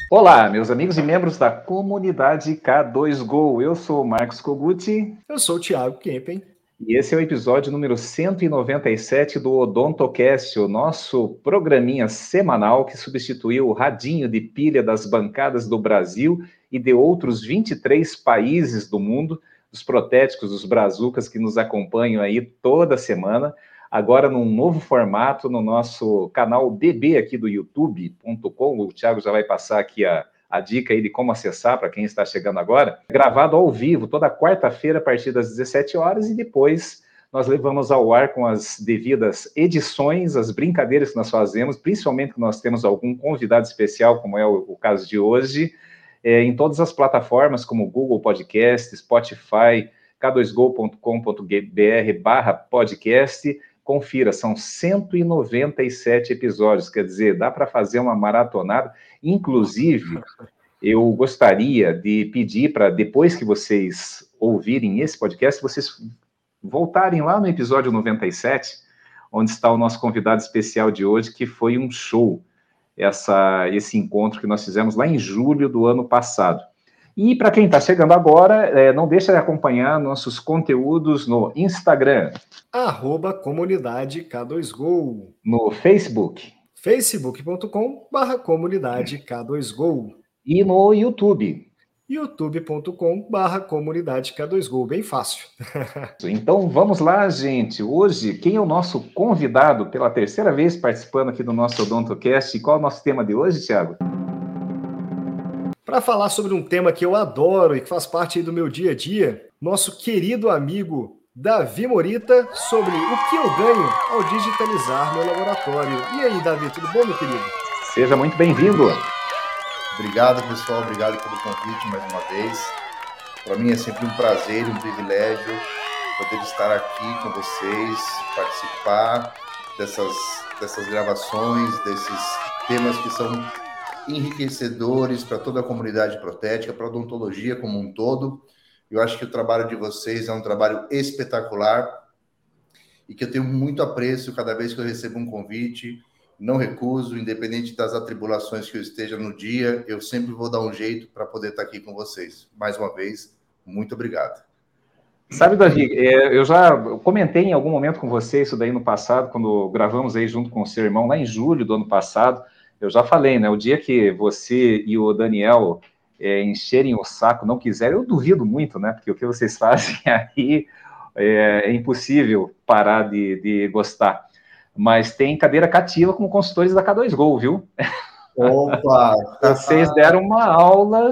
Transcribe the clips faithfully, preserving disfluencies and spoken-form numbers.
Olá, meus amigos e membros da comunidade K dois Go. Eu sou o Marcos Koguti. Eu sou o Thiago Kempen. E esse é o episódio número cento e noventa e sete do Odontocast, o nosso programinha semanal que substituiu o radinho de pilha das bancadas do Brasil e de outros vinte e três países do mundo, os protéticos, os brazucas que nos acompanham aí toda semana, agora num novo formato no nosso canal B B aqui do youtube ponto com. O Thiago já vai passar aqui a, a dica aí de como acessar para quem está chegando agora. Gravado ao vivo, toda quarta-feira a partir das dezessete horas, e depois nós levamos ao ar com as devidas edições, as brincadeiras que nós fazemos, principalmente que nós temos algum convidado especial, como é o, o caso de hoje, é, em todas as plataformas como Google Podcast, Spotify, k dois go ponto com ponto br barra podcast. Confira, são cento e noventa e sete episódios, quer dizer, dá para fazer uma maratonada. Inclusive, eu gostaria de pedir para, depois que vocês ouvirem esse podcast, vocês voltarem lá no episódio noventa e sete, onde está o nosso convidado especial de hoje, que foi um show, essa, esse encontro que nós fizemos lá em julho do ano passado. E para quem está chegando agora, é, não deixa de acompanhar nossos conteúdos no Instagram, arroba comunidade K dois Go, no Facebook, facebook ponto com barra comunidade K dois Go e no YouTube, youtube ponto com barra comunidade K dois Go, bem fácil. Então vamos lá, gente. Hoje, quem é o nosso convidado pela terceira vez participando aqui do nosso Odontocast? E qual é o nosso tema de hoje, Thiago? Para falar sobre um tema que eu adoro e que faz parte do meu dia a dia, nosso querido amigo Davi Morita, sobre o que eu ganho ao digitalizar meu laboratório. E aí, Davi, tudo bom, meu querido? Seja muito bem-vindo. Obrigado, pessoal. Obrigado pelo convite mais uma vez. Para mim é sempre um prazer e um privilégio poder estar aqui com vocês, participar dessas, dessas gravações, desses temas que são enriquecedores para toda a comunidade protética, para a odontologia como um todo. Eu acho que o trabalho de vocês é um trabalho espetacular e que eu tenho muito apreço cada vez que eu recebo um convite. Não recuso, independente das atribulações que eu esteja no dia, eu sempre vou dar um jeito para poder estar aqui com vocês. Mais uma vez, muito obrigado. Sabe, Davi, eu já comentei em algum momento com você isso daí no passado, quando gravamos aí junto com o seu irmão, lá em julho do ano passado. Eu já falei, né? O dia que você e o Daniel é, encherem o saco, não quiserem, eu duvido muito, né? Porque o que vocês fazem aí é, é impossível parar de, de gostar. Mas tem cadeira cativa como consultores da K dois Go, viu? Opa! Vocês deram uma aula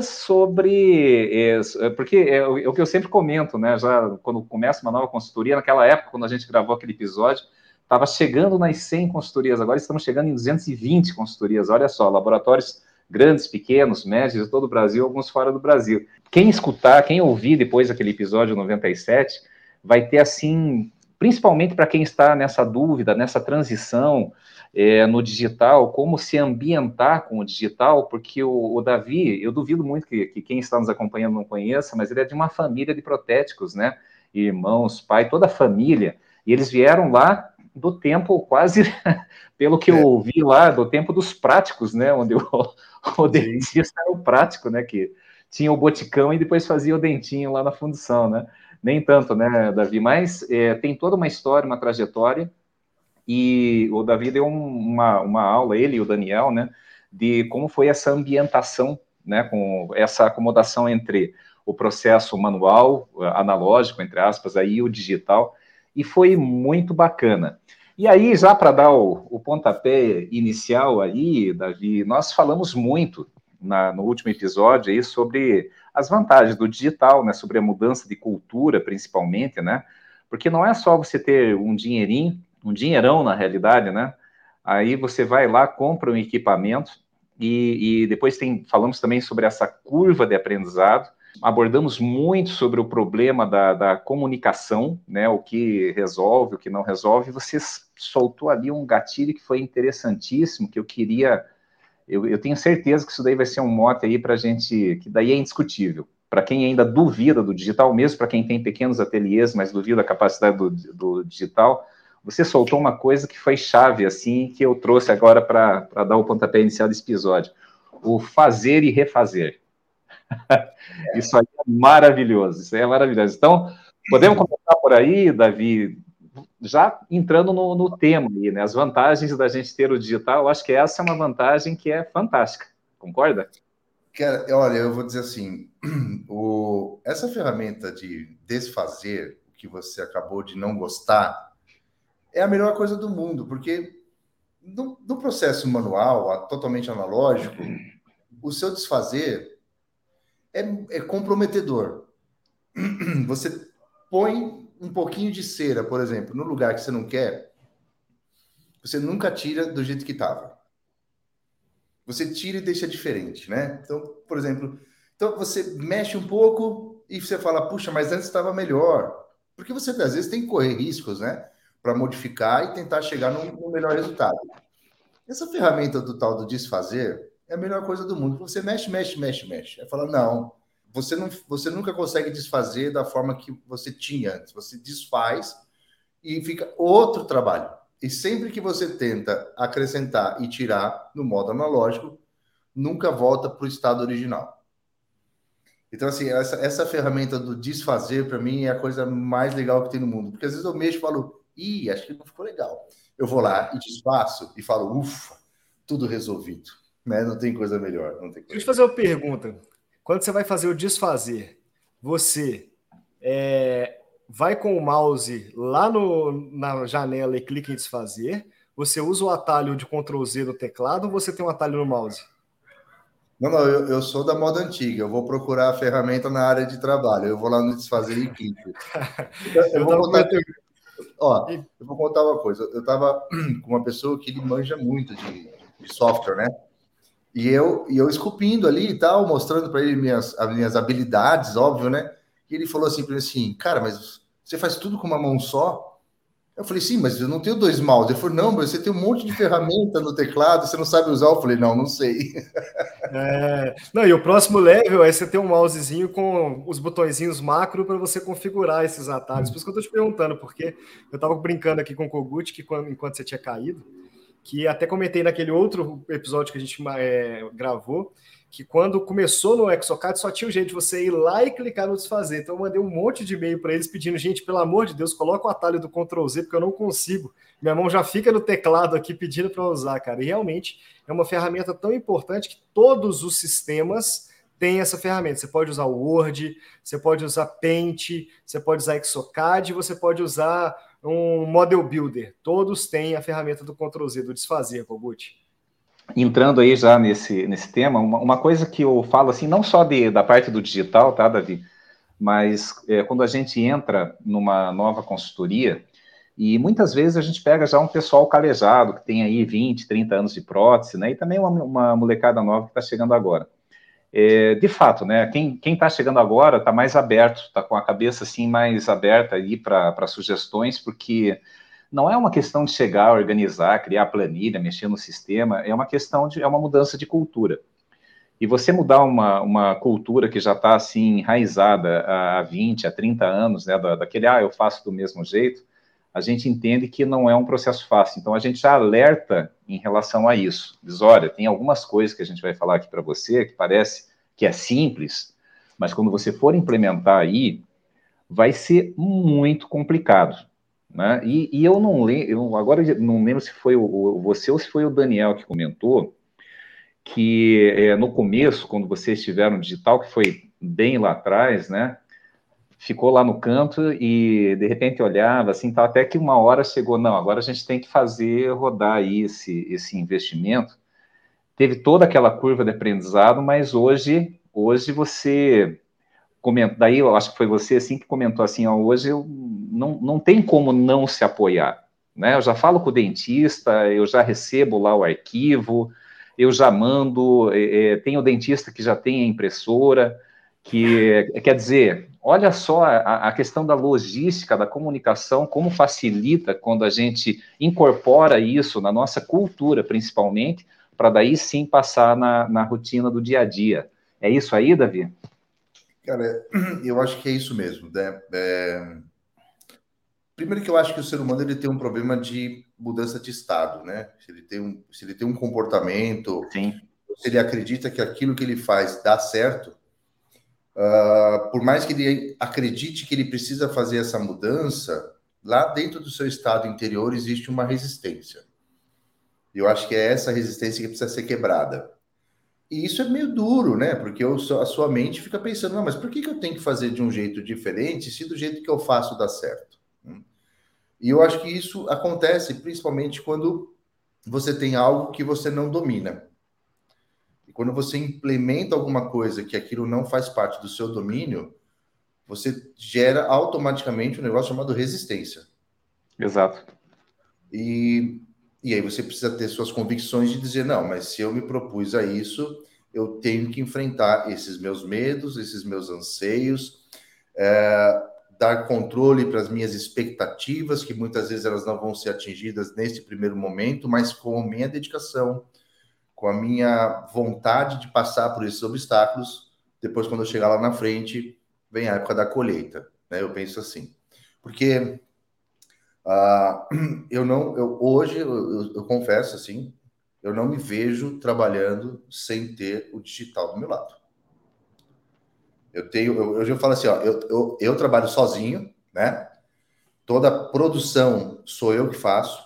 sobre isso, porque é o que eu sempre comento, né? Já quando começa uma nova consultoria, naquela época, quando a gente gravou aquele episódio, estava chegando nas cem consultorias, agora estamos chegando em duzentas e vinte consultorias. Olha só, laboratórios grandes, pequenos, médios, de todo o Brasil, alguns fora do Brasil. Quem escutar, quem ouvir depois aquele episódio noventa e sete, vai ter assim, principalmente para quem está nessa dúvida, nessa transição, É, no digital, como se ambientar com o digital, porque o, o Davi, eu duvido muito que, que quem está nos acompanhando não conheça, mas ele é de uma família de protéticos, né? Irmãos, pai, toda a família, e eles vieram lá do tempo quase, pelo que eu ouvi lá, do tempo dos práticos, né? Onde o, o dentista era o prático, né? Que tinha o boticão e depois fazia o dentinho lá na fundição, né? Nem tanto, né, Davi? Mas é, tem toda uma história, uma trajetória. E o Davi deu uma, uma aula, ele e o Daniel, né, de como foi essa ambientação, né, com essa acomodação entre o processo manual, analógico, entre aspas, aí, e o digital, e foi muito bacana. E aí, já para dar o, o pontapé inicial aí, Davi, nós falamos muito na, no último episódio aí sobre as vantagens do digital, né, sobre a mudança de cultura, principalmente, né, porque não é só você ter um dinheirinho, um dinheirão na realidade, né? Aí você vai lá, compra um equipamento e, e depois tem, falamos também sobre essa curva de aprendizado, abordamos muito sobre o problema da, da comunicação, né? O que resolve, o que não resolve. Você soltou ali um gatilho que foi interessantíssimo, que eu queria, eu, eu tenho certeza que isso daí vai ser um mote aí para a gente, que daí é indiscutível. Para quem ainda duvida do digital, mesmo para quem tem pequenos ateliês, mas duvida da capacidade do, do digital, você soltou uma coisa que foi chave, assim, que eu trouxe agora para dar o pontapé inicial desse episódio. o fazer e refazer. Isso aí é maravilhoso, isso aí é maravilhoso. Então, podemos começar por aí, Davi, já entrando no, no tema aí, né? As vantagens da gente ter o digital, eu acho que essa é uma vantagem que é fantástica, concorda? Cara, olha, eu vou dizer assim, o, essa ferramenta de desfazer o que você acabou de não gostar é a melhor coisa do mundo, porque no, no processo manual, a- totalmente analógico, o seu desfazer é, é comprometedor. Você põe um pouquinho de cera, por exemplo, no lugar que você não quer, você nunca tira do jeito que estava. Você tira e deixa diferente, né? Então, por exemplo, então você mexe um pouco e você fala, puxa, mas antes estava melhor. Porque você, às vezes, tem que correr riscos, né? Para modificar e tentar chegar no, no melhor resultado. Essa ferramenta do tal do desfazer é a melhor coisa do mundo. Você mexe, mexe, mexe, mexe. É falar, não, você, não, você nunca consegue desfazer da forma que você tinha antes. Você desfaz e fica outro trabalho. E sempre que você tenta acrescentar e tirar no modo analógico, nunca volta para o estado original. Então, assim, essa, essa ferramenta do desfazer, para mim, é a coisa mais legal que tem no mundo. Porque às vezes eu mexo e falo, ih, acho que não ficou legal. Eu vou lá e desfaço e falo, ufa, tudo resolvido. Né? Não tem coisa melhor. Não tem Deixa eu coisa te fazer uma pergunta. Quando você vai fazer o desfazer, você é, vai com o mouse lá no, na janela e clica em desfazer? Você usa o atalho de control Z no teclado ou você tem um atalho no mouse? Não, não, eu, eu sou da moda antiga. Eu vou procurar a ferramenta na área de trabalho. Eu vou lá no desfazer e clico. Eu Eu vou estava contar, comentando. ó, eu vou contar uma coisa. Eu estava com uma pessoa que ele manja muito de, de software, né? E eu, e eu esculpindo ali e tal, mostrando para ele minhas, as minhas habilidades, óbvio, né? E ele falou assim para mim assim, cara, mas você faz tudo com uma mão só? Eu falei, sim, mas eu não tenho dois mouse. Ele falou, não, mas você tem um monte de ferramenta no teclado, você não sabe usar. Eu falei, não, não sei. É, não, e o próximo level é você ter um mousezinho com os botõezinhos macro para você configurar esses atalhos. Por isso que eu estou te perguntando, porque eu estava brincando aqui com o Kogut que quando, enquanto você tinha caído, que até comentei naquele outro episódio que a gente é, gravou, que quando começou no Exocad só tinha o jeito de você ir lá e clicar no desfazer. Então eu mandei um monte de e-mail para eles pedindo, gente, pelo amor de Deus, coloca o atalho do control Z, porque eu não consigo. Minha mão já fica no teclado aqui pedindo para usar, cara. E realmente é uma ferramenta tão importante que todos os sistemas têm essa ferramenta. Você pode usar o Word, você pode usar Paint, você pode usar Exocad, você pode usar um Model Builder. Todos têm a ferramenta do control Z, do desfazer, Kogut. Entrando aí já nesse, nesse tema, uma, uma coisa que eu falo assim, não só de, da parte do digital, tá, Davi? Mas é, quando a gente entra numa nova consultoria, e muitas vezes a gente pega já um pessoal calejado, que tem aí vinte, trinta anos de prótese, né? E também uma, uma molecada nova que está chegando agora. É, de fato, né? Quem está chegando agora está mais aberto, está com a cabeça assim mais aberta aí para sugestões, porque não é uma questão de chegar, organizar, criar planilha, mexer no sistema, é uma questão de, é uma mudança de cultura. E você mudar uma, uma cultura que já está assim enraizada há vinte, há trinta anos, né, da, daquele, ah, eu faço do mesmo jeito, a gente entende que não é um processo fácil. Então, a gente já alerta em relação a isso. Diz, olha, tem algumas coisas que a gente vai falar aqui para você que parece que é simples, mas quando você for implementar aí, vai ser muito complicado. Né? E, e eu não lembro, agora não lembro se foi o, o, você ou se foi o Daniel que comentou, que é, no começo, quando vocês tiveram digital, que foi bem lá atrás, né? Ficou lá no canto e de repente olhava assim, tá, até que uma hora chegou, não, agora a gente tem que fazer rodar aí esse, esse investimento. Teve toda aquela curva de aprendizado, mas hoje, hoje você comenta, daí eu acho que foi você assim que comentou assim, ó, hoje eu não, não tem como não se apoiar. Né? Eu já falo com o dentista, eu já recebo lá o arquivo, eu já mando, é, tem o dentista que já tem a impressora, que quer dizer, olha só a, a questão da logística, da comunicação, como facilita quando a gente incorpora isso na nossa cultura, principalmente, para daí sim passar na, na rotina do dia a dia. É isso aí, Davi? Cara, eu acho que é isso mesmo, né? É... Primeiro que eu acho que o ser humano ele tem um problema de mudança de estado, né? Se ele tem um, se ele tem um comportamento, Sim. se ele acredita que aquilo que ele faz dá certo, uh, por mais que ele acredite que ele precisa fazer essa mudança, lá dentro do seu estado interior existe uma resistência. E eu acho que é essa resistência que precisa ser quebrada. E isso é meio duro, né? Porque eu, a sua mente fica pensando, não, mas por que, que eu tenho que fazer de um jeito diferente se do jeito que eu faço dá certo? E eu acho que isso acontece principalmente quando você tem algo que você não domina. E quando você implementa alguma coisa que aquilo não faz parte do seu domínio, você gera automaticamente um negócio chamado resistência. Exato. E, e aí você precisa ter suas convicções de dizer, não, mas se eu me propus a isso, eu tenho que enfrentar esses meus medos, esses meus anseios, é, dar controle para as minhas expectativas, que muitas vezes elas não vão ser atingidas nesse primeiro momento, mas com a minha dedicação, com a minha vontade de passar por esses obstáculos, depois quando eu chegar lá na frente, vem a época da colheita, né? Eu penso assim. Porque uh, eu não, eu, hoje, eu, eu, eu confesso assim, eu não me vejo trabalhando sem ter o digital do meu lado. Eu tenho, eu, eu já falo assim, ó, eu, eu, eu trabalho sozinho, né? Toda a produção sou eu que faço.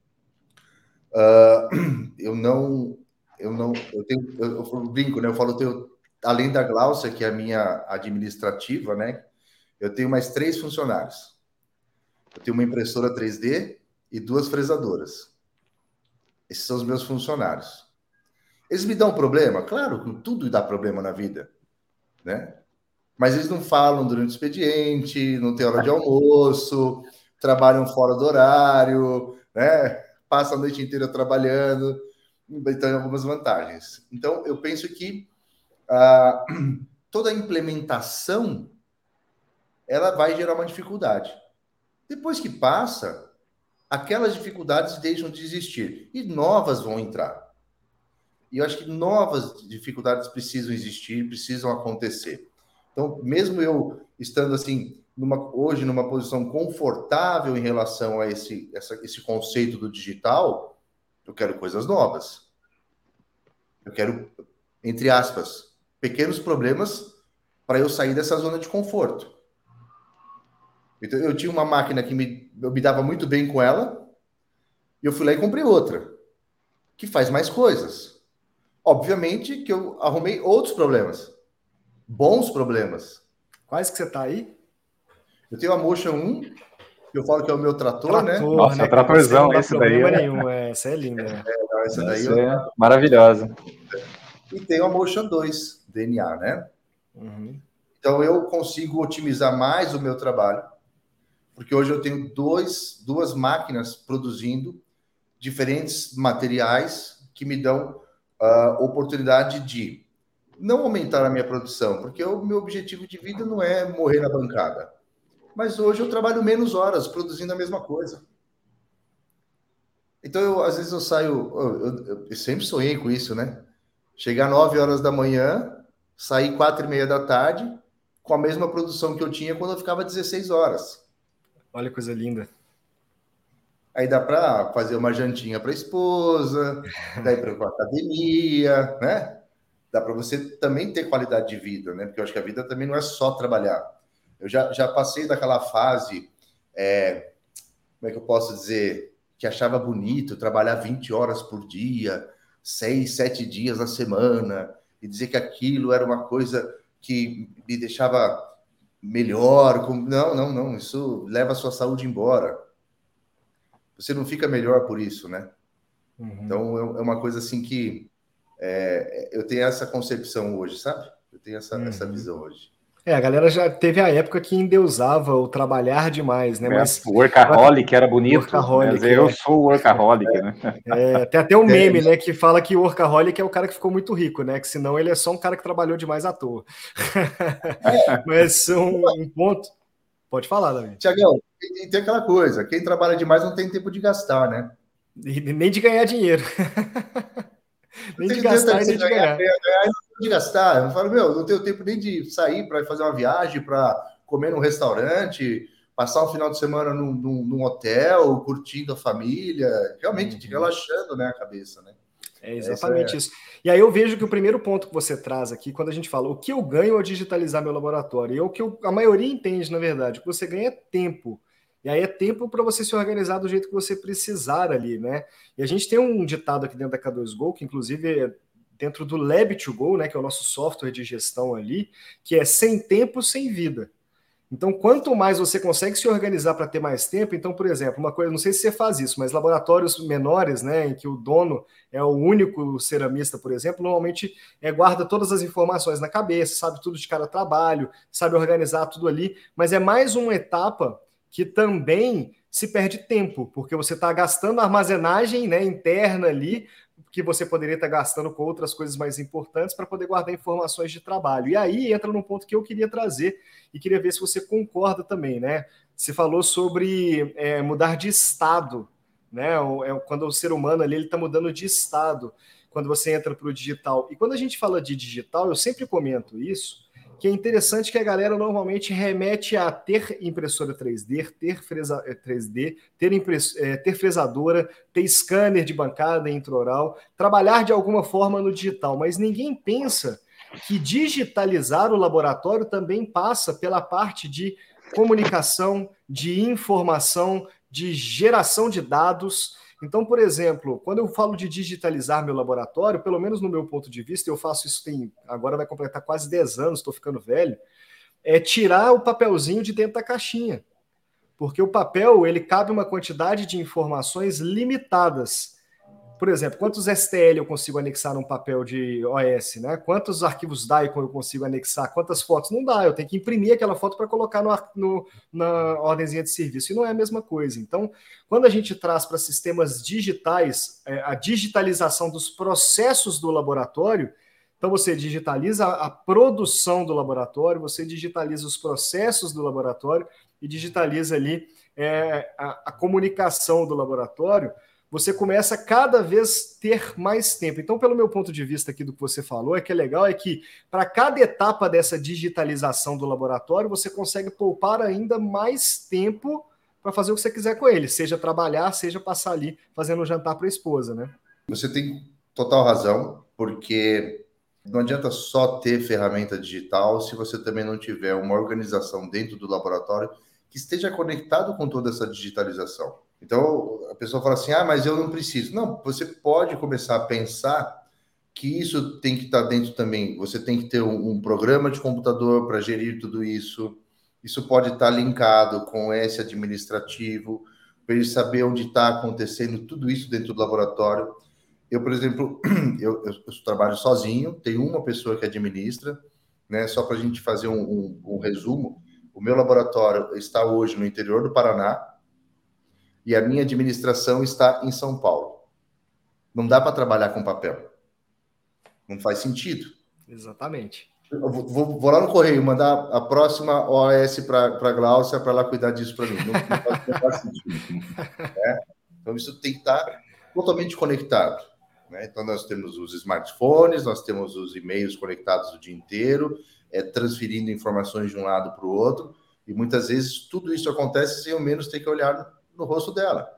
Uh, eu não, eu não, eu tenho, eu, eu brinco, né? Eu falo, eu tenho, além da Glaucia, que é a minha administrativa, né? Eu tenho mais três funcionários. Eu tenho uma impressora três D e duas fresadoras. Esses são os meus funcionários. Eles me dão problema? Claro, tudo dá problema na vida, né? Mas eles não falam durante o expediente, não tem hora de almoço, trabalham fora do horário, né? Passam a noite inteira trabalhando, então tem algumas vantagens. Então, eu penso que ah, toda a implementação ela vai gerar uma dificuldade. Depois que passa, aquelas dificuldades deixam de existir e novas vão entrar. E eu acho que novas dificuldades precisam existir, precisam acontecer. Então, mesmo eu estando assim, numa, hoje numa posição confortável em relação a esse, essa, esse conceito do digital, eu quero coisas novas. Eu quero, entre aspas, pequenos problemas para eu sair dessa zona de conforto. Então, eu tinha uma máquina que me, eu me dava muito bem com ela, e eu fui lá e comprei outra, que faz mais coisas. Obviamente que eu arrumei outros problemas. Bons problemas. Quais que você tá aí? Eu tenho a Motion um, que eu falo que é o meu trator, Trator, né? Nossa, né? é tratorzão esse daí. Não dá problema É... nenhum, é, essa é linda. Né? É, essa daí essa eu... é maravilhosa. E tenho a Motion dois, D N A, né? Uhum. Então eu consigo otimizar mais o meu trabalho, porque hoje eu tenho dois, duas máquinas produzindo diferentes materiais que me dão a uh, oportunidade de não aumentar a minha produção, porque o meu objetivo de vida não é morrer na bancada. Mas hoje eu trabalho menos horas produzindo a mesma coisa. Então, eu, às vezes eu saio... Eu, eu, eu sempre sonhei com isso, né? Chegar nove horas da manhã, sair quatro e meia da tarde, com a mesma produção que eu tinha quando eu ficava dezesseis horas. Olha que coisa linda. Aí dá para fazer uma jantinha para a esposa, dá para ir para a academia, né? Dá para você também ter qualidade de vida, né? Porque eu acho que a vida também não é só trabalhar. Eu já, já passei daquela fase, é, como é que eu posso dizer, que achava bonito trabalhar vinte horas por dia, seis, sete dias na semana, e dizer que aquilo era uma coisa que me deixava melhor. Com... Não, não, não, isso leva a sua saúde embora. Você não fica melhor por isso, né? Uhum. Então, é uma coisa assim que é, eu tenho essa concepção hoje, sabe? Eu tenho essa, uhum. essa visão hoje. É, a galera já teve a época que endeusava o trabalhar demais, né? É, Mas o workaholic era bonito. Workaholic, né? Eu é. sou workaholic, é. né? É, tem até um meme, né, que fala que o workaholic é o cara que ficou muito rico, né? Que senão ele é só um cara que trabalhou demais à toa. É. Mas um, um ponto... Pode falar, Davi. Tiagão, tem, tem aquela coisa, quem trabalha demais não tem tempo de gastar, né? E nem de ganhar dinheiro. nem de gastar e nem de ganhar. ganhar, ganhar e não de gastar. Eu falo, meu, não tenho tempo nem de sair para fazer uma viagem, para comer num restaurante, passar um final de semana num, num, num hotel, curtindo a família, realmente uhum. relaxando, né, a cabeça, né? É exatamente isso. E aí eu vejo que o primeiro ponto que você traz aqui, quando a gente fala o que eu ganho ao digitalizar meu laboratório, e é o que eu, a maioria entende, na verdade, o que você ganha é tempo. E aí é tempo para você se organizar do jeito que você precisar ali, né? E a gente tem um ditado aqui dentro da K dois Go, que inclusive é dentro do Lab to Go, né, que é o nosso software de gestão ali, que é sem tempo, sem vida. Então, quanto mais você consegue se organizar para ter mais tempo, então, por exemplo, uma coisa, não sei se você faz isso, mas laboratórios menores, né, em que o dono é o único ceramista, por exemplo, normalmente é, guarda todas as informações na cabeça, sabe tudo de cada trabalho, sabe organizar tudo ali, mas é mais uma etapa que também se perde tempo, porque você está gastando armazenagem, né, interna ali, que você poderia estar gastando com outras coisas mais importantes para poder guardar informações de trabalho. E aí entra num ponto que eu queria trazer e queria ver se você concorda também, né? Você falou sobre é, mudar de estado, né? É, quando o ser humano ali ele está mudando de estado, quando você entra para o digital. E quando a gente fala de digital, eu sempre comento isso, que é interessante que a galera normalmente remete a ter impressora três D, ter fresa, três D, ter, impress, é, ter fresadora, ter scanner de bancada intraoral, trabalhar de alguma forma no digital, mas ninguém pensa que digitalizar o laboratório também passa pela parte de comunicação, de informação, de geração de dados. Então, por exemplo, quando eu falo de digitalizar meu laboratório, pelo menos no meu ponto de vista, eu faço isso tem, agora vai completar quase dez anos, estou ficando velho, é tirar o papelzinho de dentro da caixinha. Porque o papel, ele cabe uma quantidade de informações limitadas. Por exemplo, quantos S T L eu consigo anexar num papel de O S, né? Quantos arquivos D A I C O eu consigo anexar? Quantas fotos? Não dá, eu tenho que imprimir aquela foto para colocar no, no, na ordenzinha de serviço, e não é a mesma coisa. Então, quando a gente traz para sistemas digitais é, a digitalização dos processos do laboratório, então você digitaliza a produção do laboratório, você digitaliza os processos do laboratório e digitaliza ali é, a, a comunicação do laboratório, você começa a cada vez ter mais tempo. Então, pelo meu ponto de vista aqui do que você falou, é que é legal é que para cada etapa dessa digitalização do laboratório, você consegue poupar ainda mais tempo para fazer o que você quiser com ele, seja trabalhar, seja passar ali fazendo um jantar para a esposa, né? Você tem total razão, porque não adianta só ter ferramenta digital se você também não tiver uma organização dentro do laboratório que esteja conectado com toda essa digitalização. Então, a pessoa fala assim, ah, mas eu não preciso. Não, você pode começar a pensar que isso tem que estar dentro também. Você tem que ter um, um programa de computador para gerir tudo isso. Isso pode estar linkado com esse administrativo, para ele saber onde está acontecendo tudo isso dentro do laboratório. Eu, por exemplo, eu, eu, eu trabalho sozinho, tenho uma pessoa que administra, né? Só para a gente fazer um, um, um resumo, o meu laboratório está hoje no interior do Paraná, e a minha administração está em São Paulo. Não dá para trabalhar com papel. Não faz sentido. Exatamente. Eu vou, vou lá no correio mandar a próxima O S para a Gláucia para ela cuidar disso para mim. Não, não, faz, não faz sentido. Né? Então, isso tem que estar totalmente conectado. Né? Então, nós temos os smartphones, nós temos os e-mails conectados o dia inteiro, é, transferindo informações de um lado para o outro, e muitas vezes tudo isso acontece sem ao menos ter que olhar no rosto dela.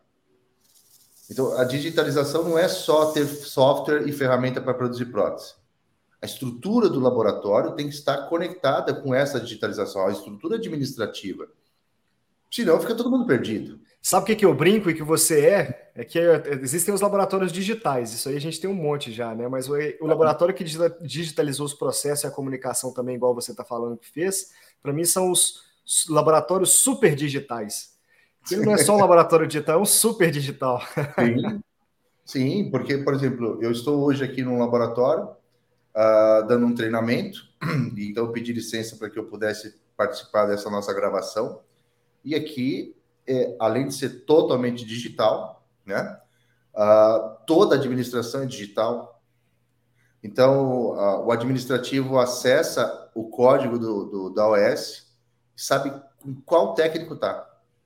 Então, a digitalização não é só ter software e ferramenta para produzir prótese. A estrutura do laboratório tem que estar conectada com essa digitalização, a estrutura administrativa. Senão, fica todo mundo perdido. Sabe o que, que eu brinco e que você é? É que existem os laboratórios digitais, isso aí a gente tem um monte já, né? Mas o, o laboratório que digitalizou os processos e a comunicação também, igual você está falando que fez, para mim são os laboratórios super digitais. Ele não é só um laboratório digital, é um super digital. Sim, sim, porque, por exemplo, eu estou hoje aqui num laboratório uh, dando um treinamento, então eu pedi licença para que eu pudesse participar dessa nossa gravação. E aqui, é, além de ser totalmente digital, né, uh, toda a administração é digital. Então, uh, o administrativo acessa o código do, do, da O S e sabe com qual técnico está.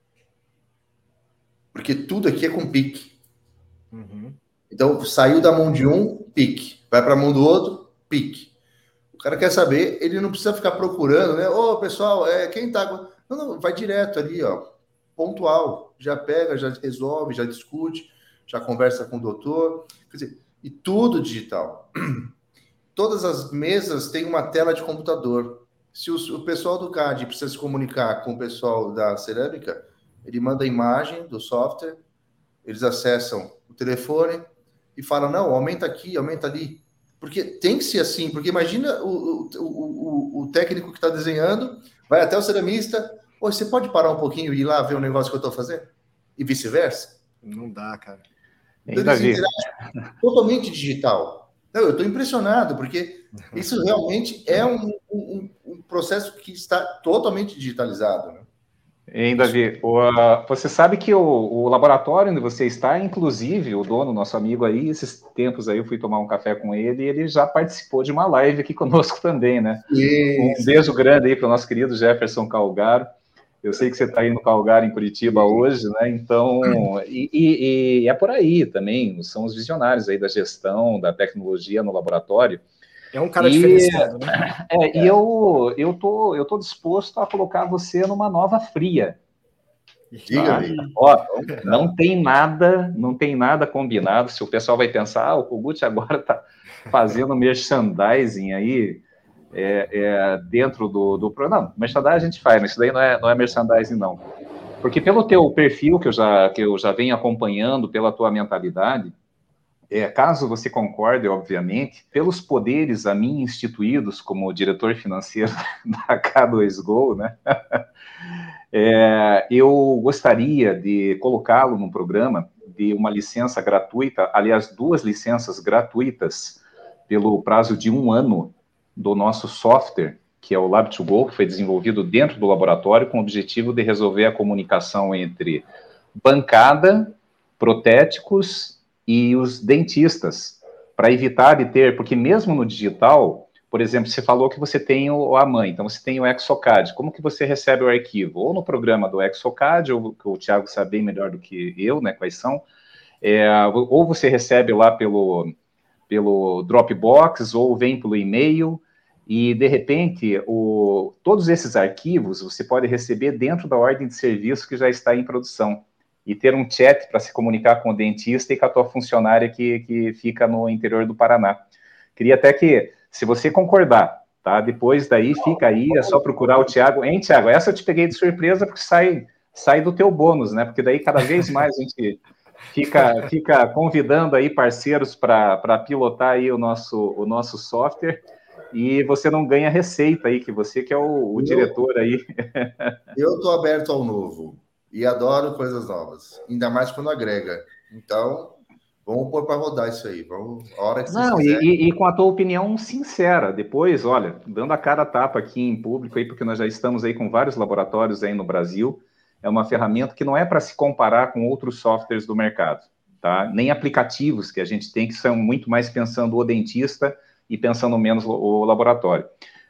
Porque tudo aqui é com pique. Uhum. Então, saiu da mão de um, pique. Vai para a mão do outro, pique. O cara quer saber, ele não precisa ficar procurando, né? Ô, pessoal, é, quem tá... Não, não, vai direto ali, ó. Pontual. Já pega, já resolve, já discute, já conversa com o doutor. Quer dizer, e tudo digital. Todas as mesas têm uma tela de computador. Se o, o pessoal do C A D precisa se comunicar com o pessoal da cerâmica, ele manda a imagem do software, eles acessam o telefone e falam, não, aumenta aqui, aumenta ali. Porque tem que ser assim, porque imagina o, o, o, o técnico que está desenhando, vai até o ceramista, Pô, você pode parar um pouquinho e ir lá ver o negócio que eu estou fazendo? E vice-versa? Não dá, cara. Então, eles interagem totalmente digital. Não, eu estou impressionado, porque isso realmente é um, um, um processo que está totalmente digitalizado, né? Hein, Davi, o, uh, você sabe que o, o laboratório onde você está, inclusive, o dono, nosso amigo aí, esses tempos aí eu fui tomar um café com ele e ele já participou de uma live aqui conosco também, né? Isso. Um beijo grande aí para o nosso querido Jefferson Calgaro. Eu sei que você está aí no Calgaro, em Curitiba, Sim. hoje, né? Então, e, e, e é por aí também, são os visionários aí da gestão, da tecnologia no laboratório. É um cara e, diferenciado, né? É, é. E eu, eu, tô, eu tô disposto a colocar você numa nova fria. Diga, tá? Ó, não tem nada, não tem nada combinado. Se o pessoal vai pensar, ah, o Kogut agora está fazendo merchandising aí é, é, dentro do, do programa. Não, merchandising a gente faz, mas isso daí não é, não é merchandising, não. Porque pelo teu perfil, que eu já, que eu já venho acompanhando, pela tua mentalidade, É, caso você concorde, obviamente, pelos poderes a mim instituídos como diretor financeiro da K dois Go, né? é, eu gostaria de colocá-lo num programa de uma licença gratuita, aliás, duas licenças gratuitas, pelo prazo de um ano do nosso software, que é o Lab to Go, que foi desenvolvido dentro do laboratório com o objetivo de resolver a comunicação entre bancada, protéticos e os dentistas, para evitar de ter, porque mesmo no digital, por exemplo, você falou que você tem o, a mãe, então você tem o Exocad, como que você recebe o arquivo? Ou no programa do Exocad, ou que o Thiago sabe bem melhor do que eu, né, quais são, é, ou você recebe lá pelo, pelo Dropbox, ou vem pelo e-mail, e, de repente, o, todos esses arquivos você pode receber dentro da ordem de serviço que já está em produção, e ter um chat para se comunicar com o dentista e com a tua funcionária que, que fica no interior do Paraná. Queria até que, se você concordar, tá? Depois daí, fica aí, é só procurar o Thiago. Hein, Thiago? Essa eu te peguei de surpresa porque sai, sai do teu bônus, né? Porque daí, cada vez mais, a gente fica, fica convidando aí parceiros para pilotar aí o nosso, o nosso software, e você não ganha receita aí, que você que é o, o eu, diretor aí. Eu estou aberto ao novo e adoro coisas novas, ainda mais quando agrega. Então, vamos pôr para rodar isso aí. Vamos, a hora que vocês Não, quiserem. E, e com a tua opinião sincera. Depois, olha, dando a cara a tapa aqui em público, aí, porque nós já estamos aí com vários laboratórios aí no Brasil. É uma ferramenta que não é para se comparar com outros softwares do mercado, tá? Nem aplicativos que a gente tem, que são muito mais pensando o dentista e pensando menos o laboratório.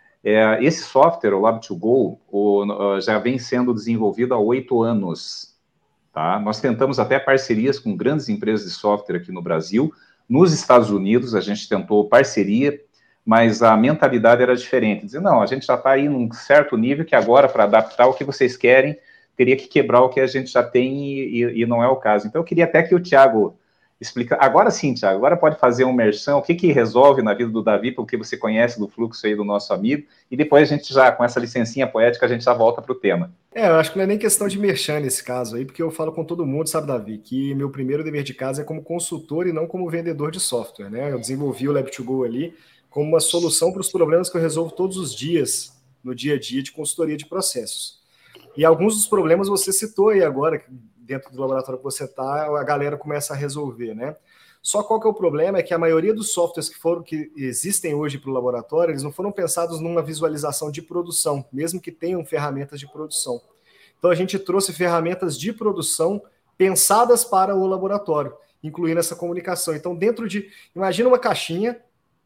É, esse software, o Lab to Go, o, já vem sendo desenvolvido há oito anos. Tá? Nós tentamos até parcerias com grandes empresas de software aqui no Brasil. Nos Estados Unidos, a gente tentou parceria, mas a mentalidade era diferente. Dizer, não, a gente já está aí num certo nível que agora, para adaptar o que vocês querem, teria que quebrar o que a gente já tem e, e, e não é o caso. Então, eu queria até que o Thiago explica. Agora sim, Thiago, agora pode fazer uma imersão, o que, que resolve na vida do Davi, porque você conhece do fluxo aí do nosso amigo, e depois a gente já, com essa licencinha poética, a gente já volta para o tema. É, eu acho que não é nem questão de merchan nesse caso aí, porque eu falo com todo mundo, sabe, Davi, que meu primeiro dever de casa é como consultor e não como vendedor de software, né? Eu desenvolvi o Lab to Go ali como uma solução para os problemas que eu resolvo todos os dias, no dia a dia de consultoria de processos. E alguns dos problemas você citou aí agora, dentro do laboratório que você está, a galera começa a resolver, né? Só qual que é o problema é que a maioria dos softwares que foram que existem hoje para o laboratório, eles não foram pensados numa visualização de produção, mesmo que tenham ferramentas de produção. Então a gente trouxe ferramentas de produção pensadas para o laboratório, incluindo essa comunicação. Então dentro de, imagina uma caixinha,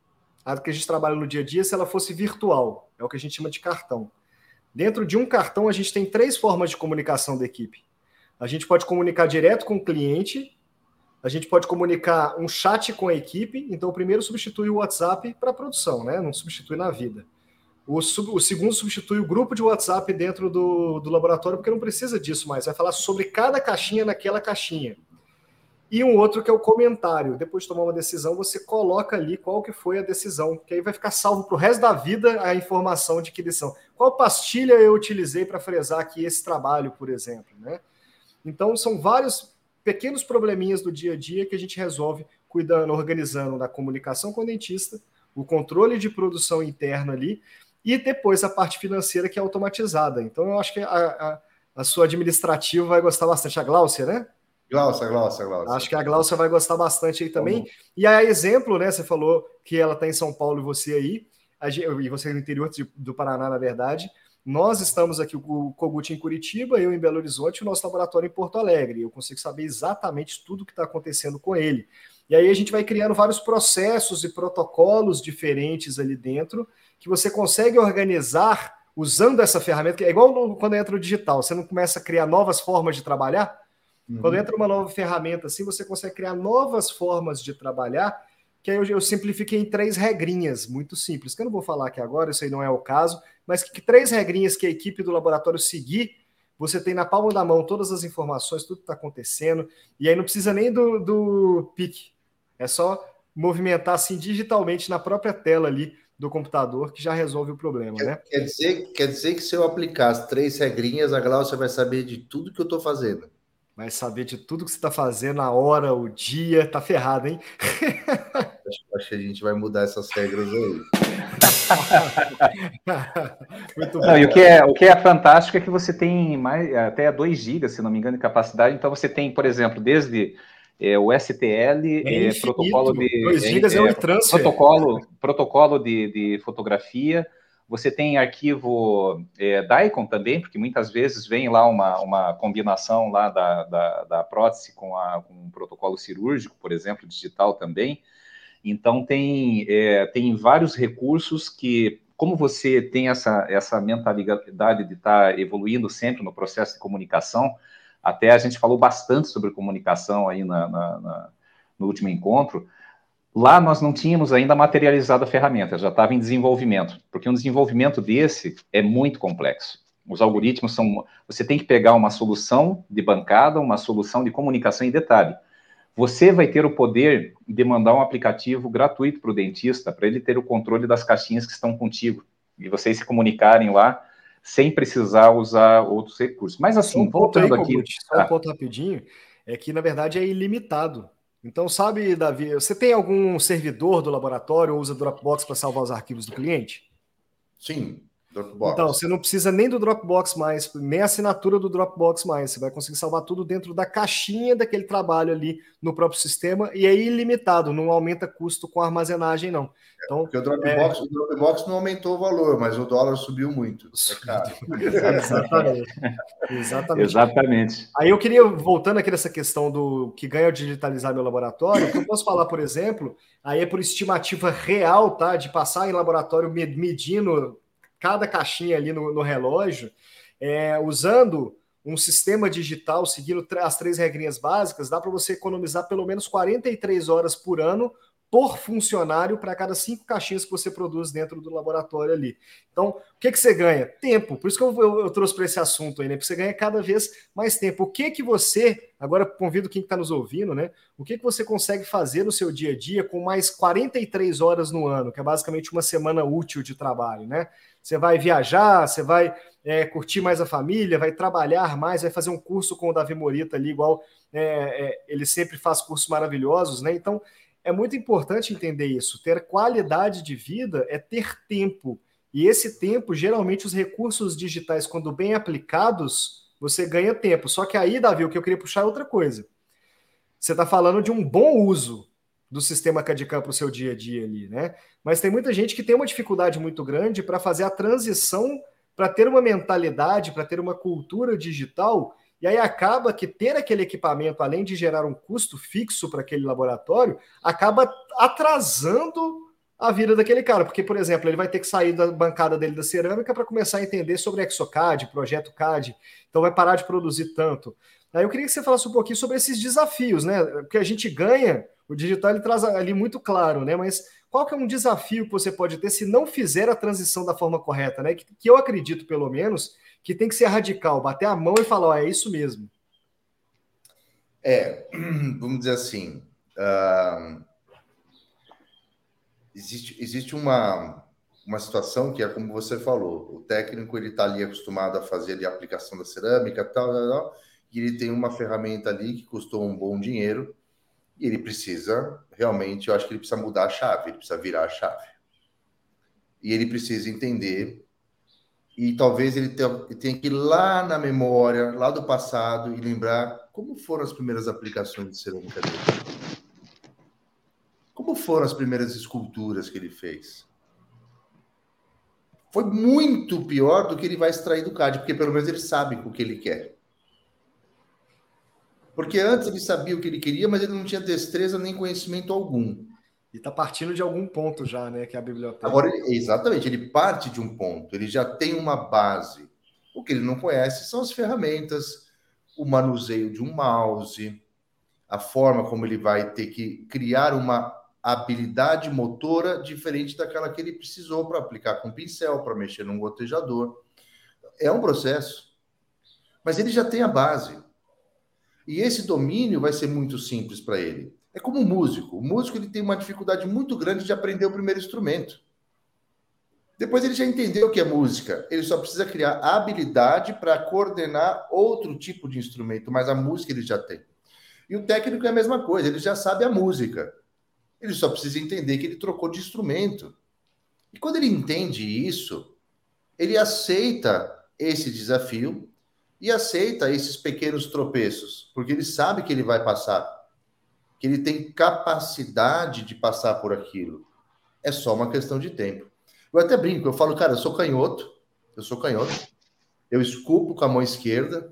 a que a gente trabalha no dia a dia, se ela fosse virtual, é o que a gente chama de cartão. Dentro de um cartão a gente tem três formas de comunicação da equipe. A gente pode comunicar direto com o cliente, a gente pode comunicar um chat com a equipe, então o primeiro substitui o WhatsApp para a produção, né? Não substitui na vida. O, sub, o segundo substitui o grupo de WhatsApp dentro do, do laboratório, porque não precisa disso mais. Vai falar sobre cada caixinha naquela caixinha. E um outro que é o comentário. Depois de tomar uma decisão, você coloca ali qual que foi a decisão, que aí vai ficar salvo para o resto da vida a informação de que decisão. Qual pastilha eu utilizei para fresar aqui esse trabalho, por exemplo, né? Então, são vários pequenos probleminhas do dia a dia que a gente resolve cuidando, organizando da comunicação com o dentista, o controle de produção interna ali, e depois a parte financeira que é automatizada. Então, eu acho que a, a, a sua administrativa vai gostar bastante. A Gláucia, né? Glaucia, Glaucia, Glaucia. Acho que a Gláucia vai gostar bastante aí também. E aí, exemplo, né? Você falou que ela está em São Paulo e você aí, e você no interior de, do Paraná, na verdade. Nós estamos aqui, o Kogut em Curitiba, eu em Belo Horizonte, e o nosso laboratório em Porto Alegre. Eu consigo saber exatamente tudo o que está acontecendo com ele. E aí a gente vai criando vários processos e protocolos diferentes ali dentro, que você consegue organizar usando essa ferramenta, que é igual quando entra o digital, você não começa a criar novas formas de trabalhar? Uhum. Quando entra uma nova ferramenta assim, você consegue criar novas formas de trabalhar, que aí eu, eu simplifiquei em três regrinhas muito simples, que eu não vou falar aqui agora, isso aí não é o caso, mas que, que três regrinhas que a equipe do laboratório seguir, você tem na palma da mão todas as informações, tudo que está acontecendo, e aí não precisa nem do, do P I C, é só movimentar assim digitalmente na própria tela ali do computador, que já resolve o problema, quer, né? Quer dizer, quer dizer que se eu aplicar as três regrinhas, a Glaucia vai saber de tudo que eu estou fazendo. Vai saber de tudo que você está fazendo, a hora, o dia, tá ferrado, hein? Acho, acho que a gente vai mudar essas regras aí. Muito bom. Não, e o que, é, o que é fantástico é que você tem mais, até dois gigas, se não me engano, de capacidade. Então você tem, por exemplo, desde é, o S T L, é é, protocolo de dois gigas é, é, é protocolo, protocolo de, de fotografia. Você tem arquivo é, DICOM também, porque muitas vezes vem lá uma, uma combinação lá da, da, da prótese com, a, com um protocolo cirúrgico, por exemplo, digital também. Então, tem, é, tem vários recursos que, como você tem essa, essa mentalidade de estar evoluindo sempre no processo de comunicação, até a gente falou bastante sobre comunicação aí na, na, na, no último encontro. Lá nós não tínhamos ainda materializado a ferramenta, já estava em desenvolvimento, porque um desenvolvimento desse é muito complexo. Os algoritmos são... Você tem que pegar uma solução de bancada, uma solução de comunicação em detalhe. Você vai ter o poder de mandar um aplicativo gratuito para o dentista, para ele ter o controle das caixinhas que estão contigo, e vocês se comunicarem lá, sem precisar usar outros recursos. Mas assim, um voltando aí, aqui... Kogut, só um ponto rapidinho, é que na verdade é ilimitado. Então, sabe, Davi, você tem algum servidor do laboratório ou usa Dropbox para salvar os arquivos do cliente? Sim, Dropbox. Então, você não precisa nem do Dropbox mais, nem a assinatura do Dropbox mais. Você vai conseguir salvar tudo dentro da caixinha daquele trabalho ali no próprio sistema e é ilimitado, não aumenta custo com armazenagem, não. Então, Porque o Dropbox, é... o Dropbox não aumentou o valor, mas o dólar subiu muito. É caro. Exatamente. Exatamente. Exatamente. Aí eu queria, voltando aqui nessa questão do que ganha ao digitalizar meu laboratório, que eu posso falar, por exemplo, aí é por estimativa real, tá? De passar em laboratório medindo cada caixinha ali no, no relógio, é, usando um sistema digital, seguindo as três regrinhas básicas, dá para você economizar pelo menos quarenta e três horas por ano por funcionário para cada cinco caixinhas que você produz dentro do laboratório ali. Então, o que, que você ganha? Tempo. Por isso que eu, eu, eu trouxe para esse assunto aí, né? Porque você ganha cada vez mais tempo. O que que você, agora convido quem está nos ouvindo, né? O que que você consegue fazer no seu dia a dia com mais quarenta e três horas no ano, que é basicamente uma semana útil de trabalho, né? Você vai viajar, você vai é, curtir mais a família, vai trabalhar mais, vai fazer um curso com o Davi Morita ali, igual é, é, ele sempre faz cursos maravilhosos, né? Então, é muito importante entender isso. Ter qualidade de vida é ter tempo. E esse tempo, geralmente, os recursos digitais, quando bem aplicados, você ganha tempo. Só que aí, Davi, o que eu queria puxar é outra coisa. Você está falando de um bom uso do sistema C A D C A M para o seu dia a dia ali, né? Mas tem muita gente que tem uma dificuldade muito grande para fazer a transição, para ter uma mentalidade, para ter uma cultura digital. E aí acaba que ter aquele equipamento, além de gerar um custo fixo para aquele laboratório, acaba atrasando a vida daquele cara. Porque, por exemplo, ele vai ter que sair da bancada dele da cerâmica para começar a entender sobre ExoCAD, projeto C A D. Então vai parar de produzir tanto. Aí eu queria que você falasse um pouquinho sobre esses desafios, né? Porque a gente ganha, o digital ele traz ali muito claro, né? Mas qual que é um desafio que você pode ter se não fizer a transição da forma correta, né? Que, que eu acredito, pelo menos, que tem que ser radical, bater a mão e falar, ó, é isso mesmo. É, vamos dizer assim, uh, existe, existe uma, uma situação que é como você falou, o técnico ele está ali acostumado a fazer ali a aplicação da cerâmica, tal, tal, tal, e ele tem uma ferramenta ali que custou um bom dinheiro, e ele precisa, realmente, eu acho que ele precisa mudar a chave, ele precisa virar a chave. E ele precisa entender, e talvez ele tenha, ele tenha que ir lá na memória, lá do passado, e lembrar como foram as primeiras aplicações de cerâmica dele. Como foram as primeiras esculturas que ele fez? Foi muito pior do que ele vai extrair do C A D, porque pelo menos ele sabe o que ele quer. Porque antes ele sabia o que ele queria, mas ele não tinha destreza nem conhecimento algum. E está partindo de algum ponto já, né? Que é a biblioteca. Agora, exatamente, ele parte de um ponto, ele já tem uma base. O que ele não conhece são as ferramentas, o manuseio de um mouse, a forma como ele vai ter que criar uma habilidade motora diferente daquela que ele precisou para aplicar com pincel, para mexer num gotejador. É um processo. Mas ele já tem a base. E esse domínio vai ser muito simples para ele. É como um músico. O músico ele tem uma dificuldade muito grande de aprender o primeiro instrumento. Depois ele já entendeu o que é música. Ele só precisa criar a habilidade para coordenar outro tipo de instrumento, mas a música ele já tem. E o técnico é a mesma coisa, ele já sabe a música. Ele só precisa entender que ele trocou de instrumento. E quando ele entende isso, ele aceita esse desafio e aceita esses pequenos tropeços, porque ele sabe que ele vai passar, que ele tem capacidade de passar por aquilo. É só uma questão de tempo. Eu até brinco, eu falo, cara, eu sou canhoto, eu sou canhoto, eu esculpo com a mão esquerda,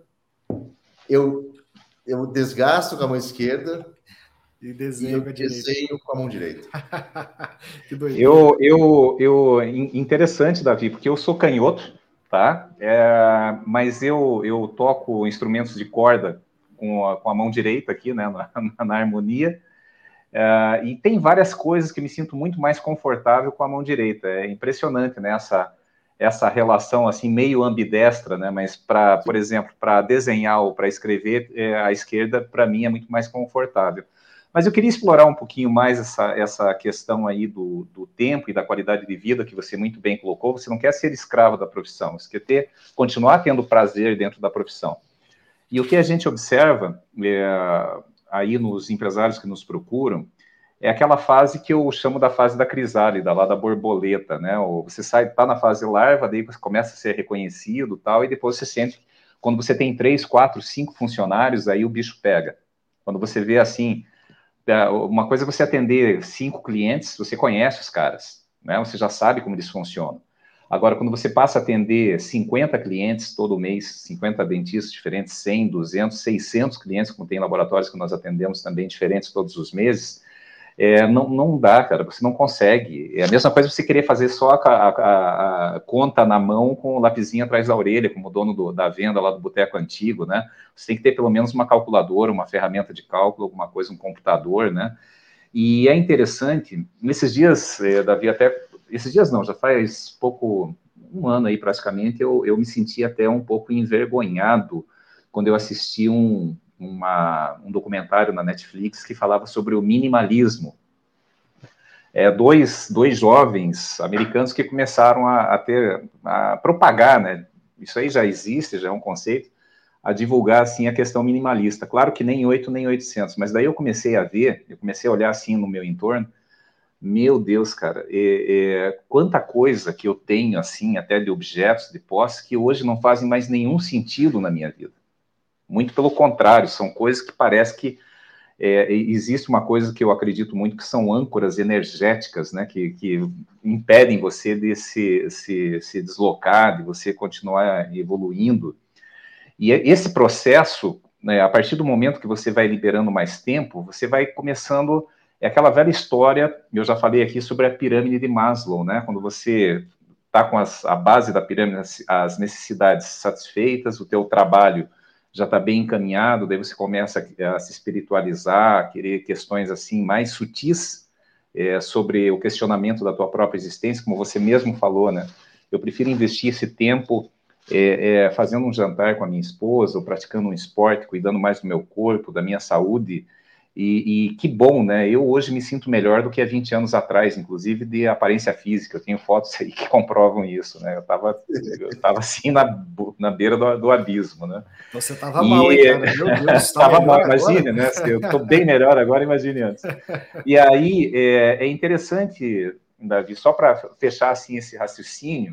eu, eu desgasto com a mão esquerda e desenho, e eu desenho com a mão direita. Que doideira. Eu, eu, eu, interessante, Davi, porque eu sou canhoto, tá? É, mas eu, eu toco instrumentos de corda com a, com a mão direita aqui, né, na, na harmonia. Uh, e tem várias coisas que me sinto muito mais confortável com a mão direita. É impressionante, né? Essa, essa relação assim meio ambidestra, né? Mas para, por exemplo, para desenhar ou para escrever, é, a esquerda para mim é muito mais confortável. Mas eu queria explorar um pouquinho mais essa, essa questão aí do, do tempo e da qualidade de vida que você muito bem colocou. Você não quer ser escravo da profissão, você quer ter, continuar tendo prazer dentro da profissão. E o que a gente observa é, aí nos empresários que nos procuram, é aquela fase que eu chamo da fase da crisálida, lá da borboleta, né? Ou você sai, tá na fase larva, daí você começa a ser reconhecido, tal, e depois você sente, quando você tem três, quatro, cinco funcionários, aí o bicho pega. Quando você vê assim, uma coisa é você atender cinco clientes, você conhece os caras, né? Você já sabe como eles funcionam. Agora, quando você passa a atender cinquenta clientes todo mês, cinquenta dentistas diferentes, cem, duzentos, seiscentos clientes, como tem laboratórios que nós atendemos também diferentes todos os meses, é, não, não dá, cara, você não consegue. É a mesma coisa você querer fazer só a, a, a conta na mão com o lapisinho atrás da orelha, como o dono do, da venda lá do boteco antigo, né? Você tem que ter pelo menos uma calculadora, uma ferramenta de cálculo, alguma coisa, um computador, né? E é interessante, nesses dias, é, Davi, até, esses dias não, já faz pouco, um ano aí praticamente, eu, eu me senti até um pouco envergonhado quando eu assisti um, uma, um documentário na Netflix que falava sobre o minimalismo. É, dois, dois jovens americanos que começaram a, a ter, a propagar, né? Isso aí já existe, já é um conceito, a divulgar, assim, a questão minimalista. Claro que nem oito, nem oitocentos, mas daí eu comecei a ver, eu comecei a olhar, assim, no meu entorno, meu Deus, cara, é, é, quanta coisa que eu tenho, assim, até de objetos, de posse, que hoje não fazem mais nenhum sentido na minha vida. Muito pelo contrário, são coisas que parece que é, existe uma coisa que eu acredito muito, que são âncoras energéticas, né, que, que impedem você de se, se, se deslocar, de você continuar evoluindo. E esse processo, né, a partir do momento que você vai liberando mais tempo, você vai começando, é aquela velha história, eu já falei aqui sobre a pirâmide de Maslow, né, quando você está com as, a base da pirâmide, as necessidades satisfeitas, o teu trabalho já está bem encaminhado, daí você começa a, a se espiritualizar, a querer questões assim mais sutis é, sobre o questionamento da tua própria existência, como você mesmo falou, né, eu prefiro investir esse tempo é, é, fazendo um jantar com a minha esposa, ou praticando um esporte, cuidando mais do meu corpo, da minha saúde. E, e que bom, né? Eu hoje me sinto melhor do que há vinte anos atrás, inclusive de aparência física. Eu tenho fotos aí que comprovam isso, né? Eu estava eu tava assim na, na beira do, do abismo, né? Então você estava mal, hein, E cara? Meu Deus, está estava mal, melhor agora? imagine, né? Se eu estou bem melhor agora, imagine antes. E aí é, é interessante, Davi, só para fechar assim esse raciocínio,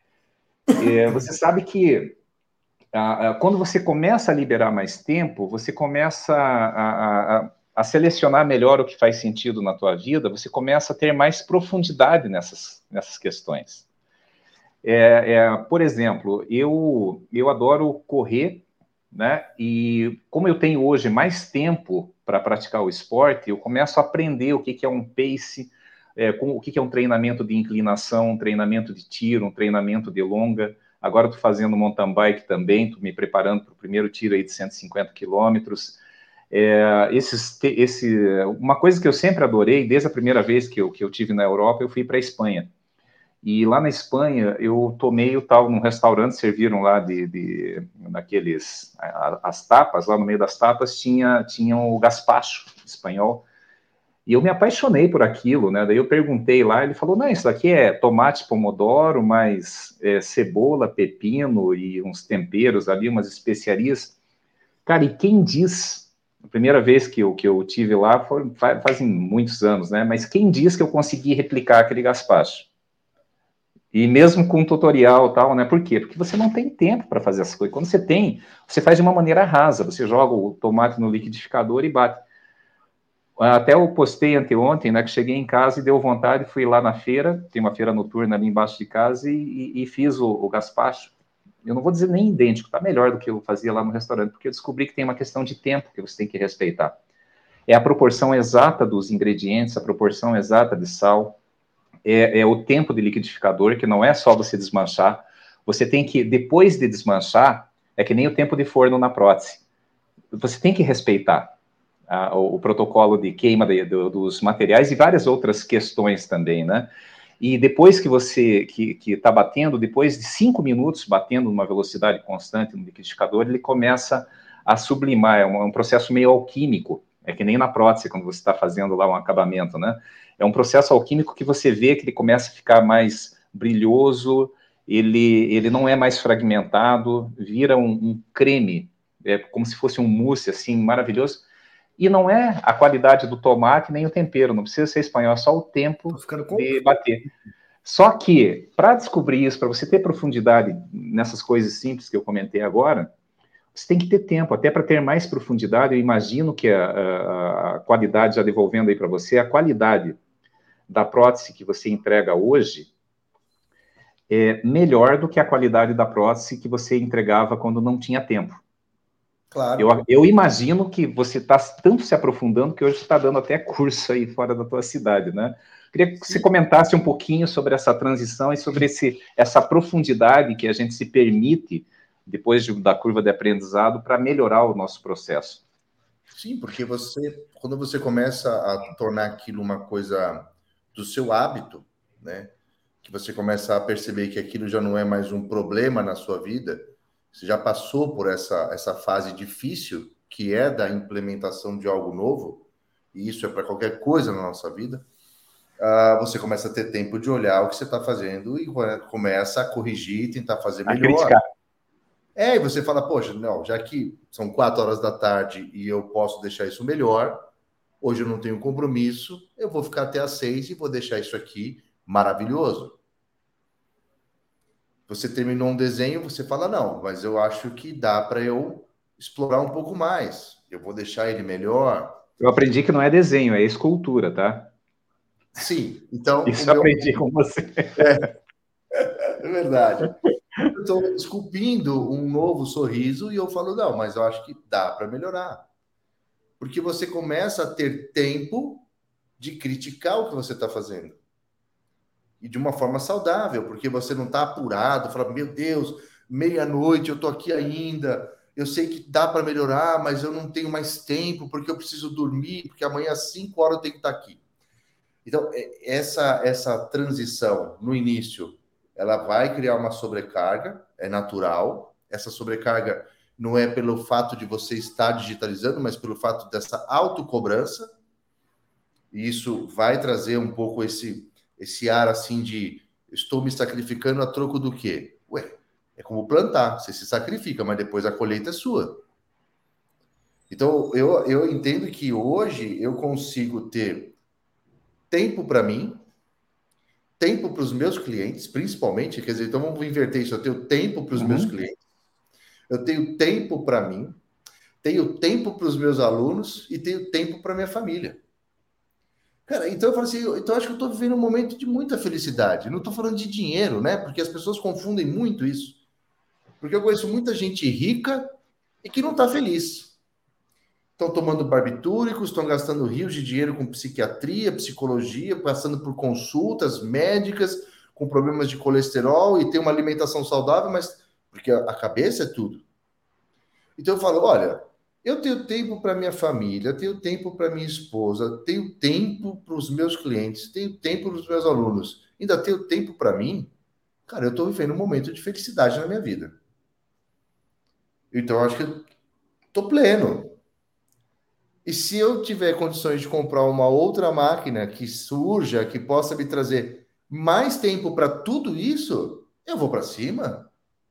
é, você sabe que a, a, quando você começa a liberar mais tempo, você começa a, a, a selecionar melhor o que faz sentido na tua vida, você começa a ter mais profundidade nessas, nessas questões. É, é, por exemplo, eu, eu adoro correr, né? E como eu tenho hoje mais tempo para praticar o esporte, eu começo a aprender o que, que é um pace, é, com, o que, que é um treinamento de inclinação, um treinamento de tiro, um treinamento de longa. Agora estou fazendo mountain bike também, estou me preparando para o primeiro tiro aí de cento e cinquenta quilômetros. É, esses, esse, uma coisa que eu sempre adorei, desde a primeira vez que eu, que eu tive na Europa, eu fui para a Espanha. E lá na Espanha, eu tomei o tal, num restaurante, serviram lá de, de naqueles, as tapas, lá no meio das tapas tinha, tinha o gazpacho espanhol. E eu me apaixonei por aquilo, né? Daí eu perguntei lá, ele falou, não, isso daqui é tomate pomodoro, mais é, cebola, pepino e uns temperos ali, umas especiarias. Cara, e quem diz, a primeira vez que eu, que eu tive lá, foi, fazem muitos anos, né? Mas quem diz que eu consegui replicar aquele gazpacho? E mesmo com tutorial e tal, né? Por quê? Porque você não tem tempo para fazer essas coisas. Quando você tem, você faz de uma maneira rasa. Você joga o tomate no liquidificador e bate. Até eu postei anteontem, né? Que cheguei em casa e deu vontade, fui lá na feira, tem uma feira noturna ali embaixo de casa, e, e, e fiz o, o gazpacho. Eu não vou dizer nem idêntico, tá melhor do que eu fazia lá no restaurante, porque eu descobri que tem uma questão de tempo que você tem que respeitar. É a proporção exata dos ingredientes, a proporção exata de sal, É, é, o tempo de liquidificador, que não é só você desmanchar. Você tem que, depois de desmanchar, é que nem o tempo de forno na prótese. Você tem que respeitar a, o, o protocolo de queima de, do, dos materiais e várias outras questões também, né? E depois que você que está batendo, depois de cinco minutos batendo numa velocidade constante no liquidificador, ele começa a sublimar. É um, é um processo meio alquímico. É que nem na prótese, quando você está fazendo lá um acabamento, né? É um processo alquímico que você vê que ele começa a ficar mais brilhoso, ele, ele não é mais fragmentado, vira um, um creme, é como se fosse um mousse, assim, maravilhoso. E não é a qualidade do tomate nem o tempero, não precisa ser espanhol, é só o tempo de bater. Só que, para descobrir isso, para você ter profundidade nessas coisas simples que eu comentei agora, você tem que ter tempo, até para ter mais profundidade. Eu imagino que a, a, a qualidade, já devolvendo aí para você, a qualidade da prótese que você entrega hoje é melhor do que a qualidade da prótese que você entregava quando não tinha tempo. Claro. Eu, eu imagino que você está tanto se aprofundando que hoje está dando até curso aí fora da tua cidade, né? Queria que você comentasse um pouquinho sobre essa transição e sobre esse, essa profundidade que a gente se permite depois de, da curva de aprendizado para melhorar o nosso processo. Sim, porque você, quando você começa a tornar aquilo uma coisa do seu hábito, né? Que você começa a perceber que aquilo já não é mais um problema na sua vida, você já passou por essa, essa fase difícil, que é da implementação de algo novo, e isso é para qualquer coisa na nossa vida, uh, você começa a ter tempo de olhar o que você está fazendo e começa a corrigir e tentar fazer melhor. A criticar. É, e você fala, poxa, não, já que são quatro horas da tarde e eu posso deixar isso melhor, hoje eu não tenho compromisso, eu vou ficar até às seis e vou deixar isso aqui maravilhoso. Você terminou um desenho, você fala, não, mas eu acho que dá para eu explorar um pouco mais. Eu vou deixar ele melhor. Eu aprendi que não é desenho, é escultura, tá? Sim, então... Isso eu meu... aprendi com você. É, é verdade. Eu estou esculpindo um novo sorriso e eu falo, não, mas eu acho que dá para melhorar. Porque você começa a ter tempo de criticar o que você está fazendo. E de uma forma saudável, porque você não está apurado, fala, meu Deus, meia-noite, eu estou aqui ainda, eu sei que dá para melhorar, mas eu não tenho mais tempo, porque eu preciso dormir, porque amanhã às cinco horas eu tenho que estar aqui. Então, essa, essa transição no início ela vai criar uma sobrecarga, é natural. Essa sobrecarga não é pelo fato de você estar digitalizando, mas pelo fato dessa autocobrança. E isso vai trazer um pouco esse, esse ar assim de estou me sacrificando a troco do quê? Ué, é como plantar, você se sacrifica, mas depois a colheita é sua. Então, eu, eu entendo que hoje eu consigo ter tempo para mim, tempo para os meus clientes, principalmente, quer dizer, então vamos inverter isso, eu tenho tempo para os uhum. meus clientes, eu tenho tempo para mim, tenho tempo para os meus alunos e tenho tempo para minha família. Cara, então eu falo assim, eu, então acho que eu estou vivendo um momento de muita felicidade. Não estou falando de dinheiro, né? Porque as pessoas confundem muito isso. Porque eu conheço muita gente rica e que não está feliz. Estão tomando barbitúricos, estão gastando rios de dinheiro com psiquiatria, psicologia, passando por consultas médicas, com problemas de colesterol e tem uma alimentação saudável, mas porque a cabeça é tudo. Então eu falo, olha, eu tenho tempo para minha família, tenho tempo para minha esposa, tenho tempo para os meus clientes, tenho tempo para os meus alunos, ainda tenho tempo para mim. Cara, eu estou vivendo um momento de felicidade na minha vida. Então eu acho que estou pleno. E se eu tiver condições de comprar uma outra máquina que surja, que possa me trazer mais tempo para tudo isso, eu vou para cima.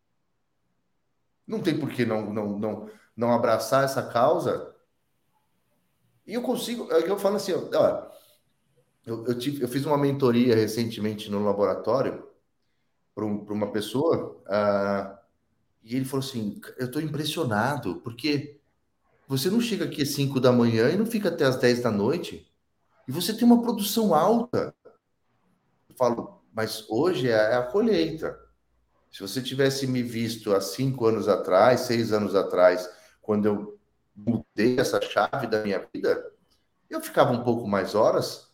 Não tem por que não, não, não, não abraçar essa causa. E eu consigo, é que eu falo assim, ó, eu, eu, tive, eu fiz uma mentoria recentemente no laboratório para um, uma pessoa, uh, e ele falou assim, eu estou impressionado, porque você não chega aqui às cinco da manhã e não fica até às dez da noite. E você tem uma produção alta. Eu falo, mas hoje é a colheita. Se você tivesse me visto há cinco anos atrás, seis anos atrás, quando eu mudei essa chave da minha vida, eu ficava um pouco mais horas.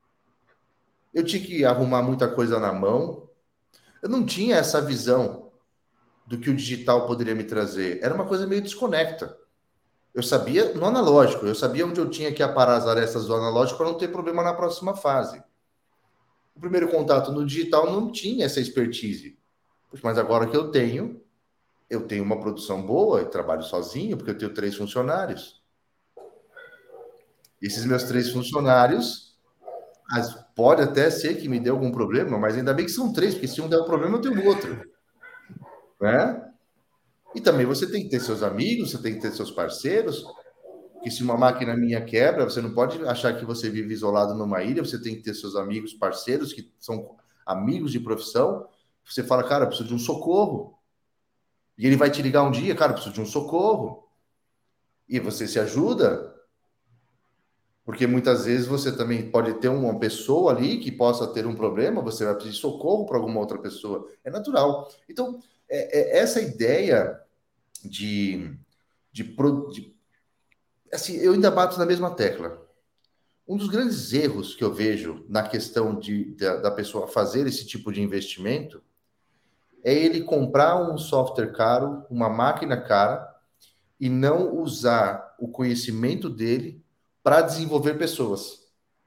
Eu tinha que arrumar muita coisa na mão. Eu não tinha essa visão do que o digital poderia me trazer. Era uma coisa meio desconecta. Eu sabia no analógico, eu sabia onde eu tinha que aparar as arestas do analógico para não ter problema na próxima fase. O primeiro contato no digital não tinha essa expertise. Mas agora que eu tenho, eu tenho uma produção boa, eu trabalho sozinho, porque eu tenho três funcionários. Esses meus três funcionários, pode até ser que me dê algum problema, mas ainda bem que são três, porque se um der um problema, eu tenho outro. Né? E também você tem que ter seus amigos, você tem que ter seus parceiros, que se uma máquina minha quebra, você não pode achar que você vive isolado numa ilha, você tem que ter seus amigos, parceiros, que são amigos de profissão. Você fala, cara, eu preciso de um socorro. E ele vai te ligar um dia, cara, eu preciso de um socorro. E você se ajuda, porque muitas vezes você também pode ter uma pessoa ali que possa ter um problema, você vai pedir socorro para alguma outra pessoa. É natural. Então, é, é essa ideia de, de, de... Assim, eu ainda bato na mesma tecla. Um dos grandes erros que eu vejo na questão de, da, da pessoa fazer esse tipo de investimento é ele comprar um software caro, uma máquina cara, e não usar o conhecimento dele para desenvolver pessoas.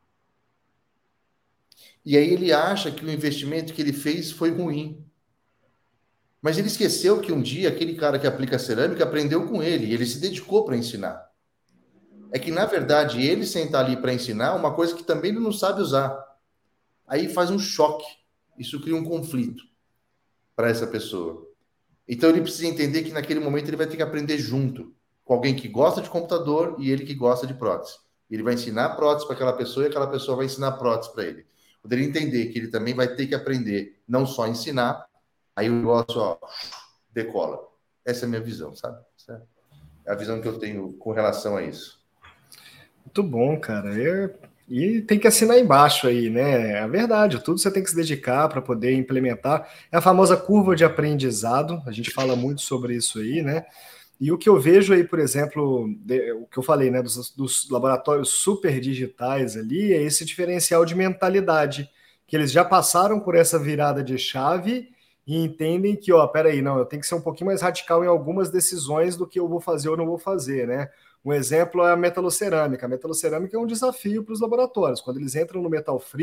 E aí ele acha que o investimento que ele fez foi ruim. Mas ele esqueceu que um dia aquele cara que aplica cerâmica aprendeu com ele, e ele se dedicou para ensinar. É que, na verdade, ele sentar ali para ensinar uma coisa que também ele não sabe usar. Aí faz um choque. Isso cria um conflito para essa pessoa. Então ele precisa entender que naquele momento ele vai ter que aprender junto com alguém que gosta de computador e ele que gosta de prótese. Ele vai ensinar prótese para aquela pessoa e aquela pessoa vai ensinar prótese para ele. Quando ele entender que ele também vai ter que aprender, não só ensinar, aí o negócio, ó, decola. Essa é a minha visão, sabe? Essa é a visão que eu tenho com relação a isso. Muito bom, cara. Eu... E tem que assinar embaixo aí, né? É verdade, tudo você tem que se dedicar para poder implementar. É a famosa curva de aprendizado, a gente fala muito sobre isso aí, né? E o que eu vejo aí, por exemplo, de, o que eu falei, né, dos, dos laboratórios super digitais ali, é esse diferencial de mentalidade, que eles já passaram por essa virada de chave e entendem que, ó, peraí, não, eu tenho que ser um pouquinho mais radical em algumas decisões do que eu vou fazer ou não vou fazer, né? Um exemplo é a metalocerâmica. A metalocerâmica é um desafio para os laboratórios. Quando eles entram no metal free,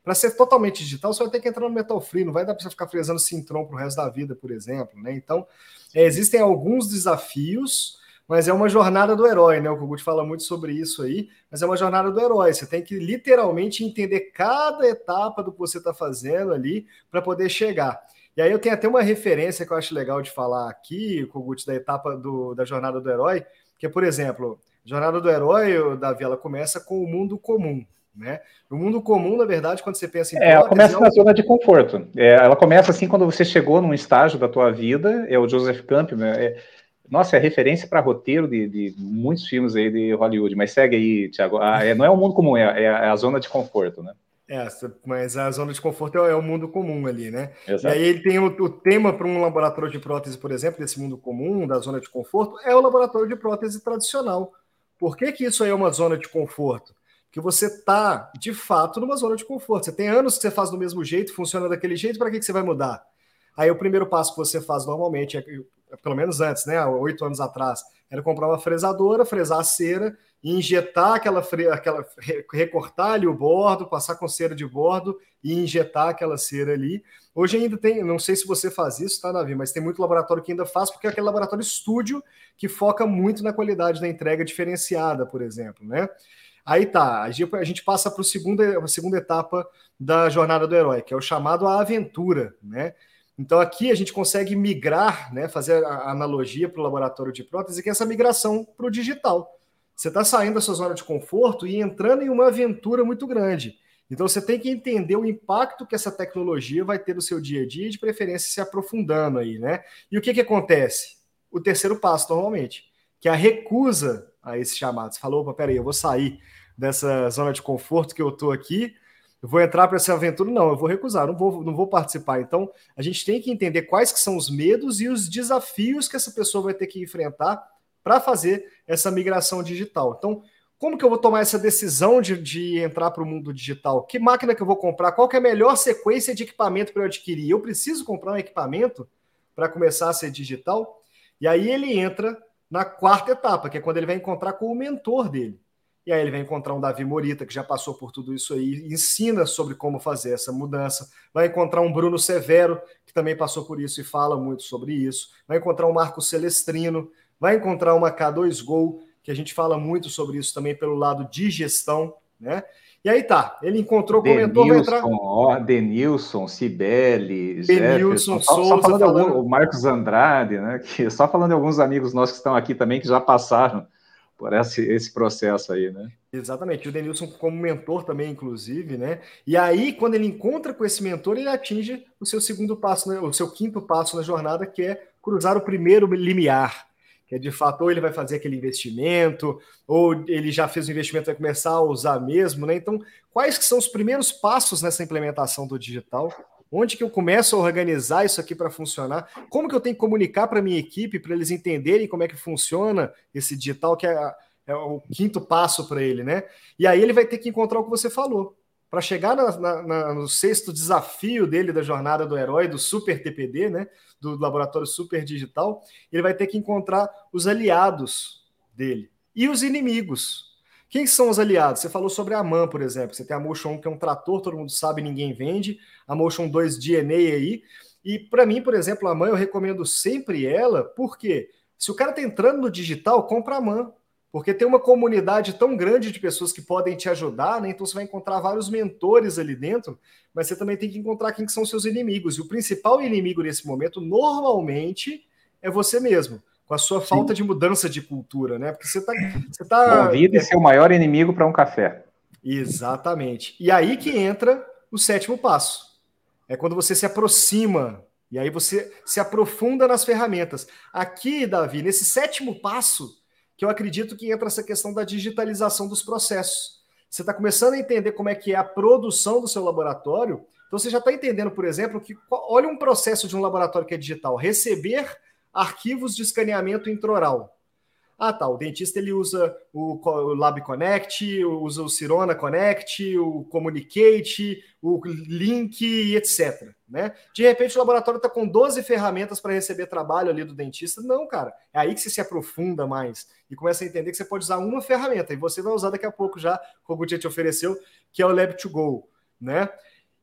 Para ser totalmente digital, você vai ter que entrar no metal free, não vai dar para você ficar fresando Sintron para o resto da vida, por exemplo, né? Então, é, existem alguns desafios, mas é uma jornada do herói, né? O Kogut fala muito sobre isso aí, mas é uma jornada do herói. Você tem que literalmente entender cada etapa do que você está fazendo ali para poder chegar. E aí eu tenho até uma referência que eu acho legal de falar aqui, Kogut, da etapa do, da jornada do herói, que é, por exemplo, a jornada do herói, Davi, ela começa com o mundo comum. Né? O mundo comum, na verdade, quando você pensa em é, ela começa é na zona de conforto. É, ela começa assim quando você chegou num estágio da tua vida. É o Joseph Campbell. É, nossa, é referência para roteiro de, de muitos filmes aí de Hollywood. Mas segue aí, Thiago. Ah, é, não é o mundo comum, é, é a zona de conforto, né? É, mas a zona de conforto é, é o mundo comum ali, né? Exato. E aí ele tem o, o tema para um laboratório de prótese, por exemplo, desse mundo comum, da zona de conforto, é o laboratório de prótese tradicional. Por que que isso aí é uma zona de conforto? Que você está, de fato, numa zona de conforto. Você tem anos que você faz do mesmo jeito, funciona daquele jeito, para que, que você vai mudar? Aí o primeiro passo que você faz normalmente, é, pelo menos antes, né, oito anos atrás, era comprar uma fresadora, fresar a cera, e injetar aquela, aquela recortar ali o bordo, passar com cera de bordo e injetar aquela cera ali. Hoje ainda tem, não sei se você faz isso, tá, Davi, mas tem muito laboratório que ainda faz, porque é aquele laboratório estúdio que foca muito na qualidade da entrega diferenciada, por exemplo, né? Aí tá, a gente passa para a segunda, segunda etapa da jornada do herói, que é o chamado a aventura, né? Então aqui a gente consegue migrar, né, fazer a analogia para o laboratório de prótese, que é essa migração para o digital. Você está saindo da sua zona de conforto e entrando em uma aventura muito grande. Então você tem que entender o impacto que essa tecnologia vai ter no seu dia a dia, de preferência se aprofundando aí, né? E o que que acontece? O terceiro passo, normalmente, que é a recusa a esse chamado. Você falou, opa, peraí, eu vou sair dessa zona de conforto que eu estou aqui, eu vou entrar para essa aventura? Não, eu vou recusar, não vou, não vou participar. Então, a gente tem que entender quais que são os medos e os desafios que essa pessoa vai ter que enfrentar para fazer essa migração digital. Então, como que eu vou tomar essa decisão de, de entrar para o mundo digital? Que máquina que eu vou comprar? Qual que é a melhor sequência de equipamento para eu adquirir? Eu preciso comprar um equipamento para começar a ser digital? E aí ele entra na quarta etapa, que é quando ele vai encontrar com o mentor dele. E aí ele vai encontrar um Davi Morita, que já passou por tudo isso aí, ensina sobre como fazer essa mudança. Vai encontrar um Bruno Severo, que também passou por isso e fala muito sobre isso. Vai encontrar um Marco Celestrino, vai encontrar uma K dois Go, que a gente fala muito sobre isso também pelo lado de gestão, né? E aí tá, ele encontrou, comentou, vai entrar... Ó, Denilson, Cibele, Denilson, Jefferson, só, Souza, só falando, falando... algum, o Marcos Andrade, né? Que, só falando de alguns amigos nossos que estão aqui também, que já passaram por esse, esse processo aí, né? Exatamente, o Denilson como mentor também, inclusive, né? E aí, quando ele encontra com esse mentor, ele atinge o seu segundo passo, né? O seu quinto passo na jornada, que é cruzar o primeiro limiar, que é de fato, ou ele vai fazer aquele investimento, ou ele já fez o investimento e vai começar a usar mesmo, né? Então, quais que são os primeiros passos nessa implementação do digital? Onde que eu começo a organizar isso aqui para funcionar? Como que eu tenho que comunicar para a minha equipe, para eles entenderem como é que funciona esse digital, que é, é o quinto passo para ele, né? E aí ele vai ter que encontrar o que você falou. Para chegar na, na, na, no sexto desafio dele da jornada do herói, do Super T P D, né? Do Laboratório Super Digital, ele vai ter que encontrar os aliados dele e os inimigos. Quem são os aliados? Você falou sobre a MAN, por exemplo. Você tem a Motion um, que é um trator, todo mundo sabe, ninguém vende. A Motion dois D N A aí. E para mim, por exemplo, a MAN, eu recomendo sempre ela, porque se o cara está entrando no digital, compra a MAN. Porque tem uma comunidade tão grande de pessoas que podem te ajudar, né? Então você vai encontrar vários mentores ali dentro, mas você também tem que encontrar quem que são seus inimigos. E o principal inimigo nesse momento, normalmente, é você mesmo, com a sua Sim. falta de mudança de cultura, né? Porque você está... Você tá, Convide é... seu maior inimigo para um café. Exatamente. E aí que entra o sétimo passo. É quando você se aproxima, e aí você se aprofunda nas ferramentas. Aqui, Davi, nesse sétimo passo, que eu acredito que entra essa questão da digitalização dos processos. Você está começando a entender como é que é a produção do seu laboratório, então você já está entendendo, por exemplo, que olha um processo de um laboratório que é digital, receber arquivos de escaneamento intraoral. Ah, tá, o dentista ele usa o Lab Connect, usa o Sirona Connect, o Communicate, o Link e etcétera. Né? De repente o laboratório está com doze ferramentas para receber trabalho ali do dentista. Não, cara, é aí que você se aprofunda mais e começa a entender que você pode usar uma ferramenta e você vai usar daqui a pouco já, como o Dia te ofereceu, que é o Lab to Go. Né?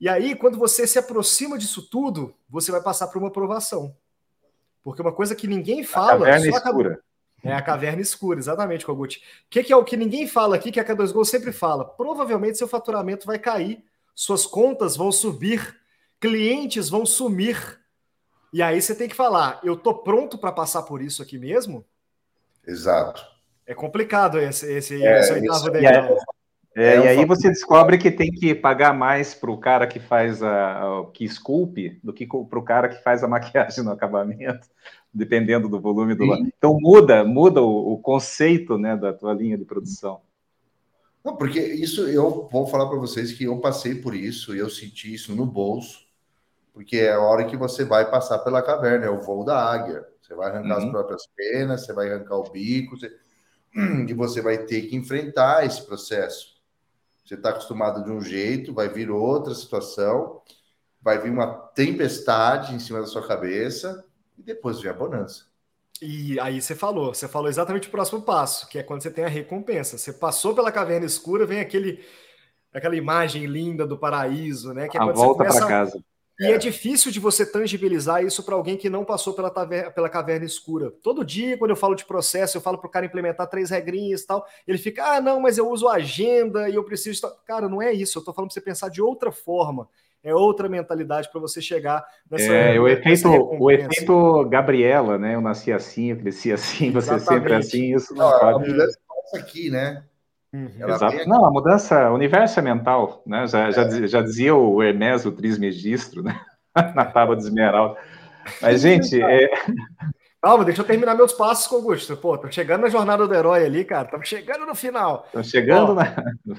E aí, quando você se aproxima disso tudo, você vai passar por uma provação. Porque uma coisa que ninguém fala... A caverna só escura. A... É a caverna escura, exatamente, Kogut. O que, que é o que ninguém fala aqui, que a K dois Go sempre fala? Provavelmente seu faturamento vai cair, suas contas vão subir, clientes vão sumir. E aí você tem que falar, eu tô pronto para passar por isso aqui mesmo? Exato. É complicado esse, esse, é, esse oitavo isso, degrau. É, é, e aí você descobre que tem que pagar mais para o cara que faz a, a que esculpe do que para o cara que faz a maquiagem no acabamento, dependendo do volume do. Sim. Então muda, muda o, o conceito, né, da tua linha de produção. Não, porque isso eu vou falar para vocês que eu passei por isso e eu senti isso no bolso, porque é a hora que você vai passar pela caverna, é o voo da águia. Você vai arrancar uhum. as próprias penas, você vai arrancar o bico, você... e você vai ter que enfrentar esse processo. Você está acostumado de um jeito, vai vir outra situação, vai vir uma tempestade em cima da sua cabeça e depois vem a bonança. E aí você falou, você falou exatamente o próximo passo, que é quando você tem a recompensa. Você passou pela caverna escura, vem aquele, aquela imagem linda do paraíso, né? Que é a quando volta você começa... para casa. E é. é difícil de você tangibilizar isso para alguém que não passou pela, taver... pela caverna escura. Todo dia, quando eu falo de processo, eu falo para o cara implementar três regrinhas e tal. Ele fica, ah, não, mas eu uso agenda e eu preciso... Cara, não é isso. Eu estou falando para você pensar de outra forma. É outra mentalidade para você chegar nessa... É, o efeito, o efeito Gabriela, né? Eu nasci assim, eu cresci assim, você sempre assim. Isso não, não pode... A mudança passa aqui, né? Uhum. Exato. Não, a mudança, o universo é mental, né? Já, é. já, já dizia o Hermes, o Trismegistro, né? Na tábua de esmeralda. Mas, gente, é... Calma, deixa eu terminar meus passos com o Augusto. Pô, tô chegando na jornada do herói ali, cara. Estamos chegando no final. Tô chegando Ó, na...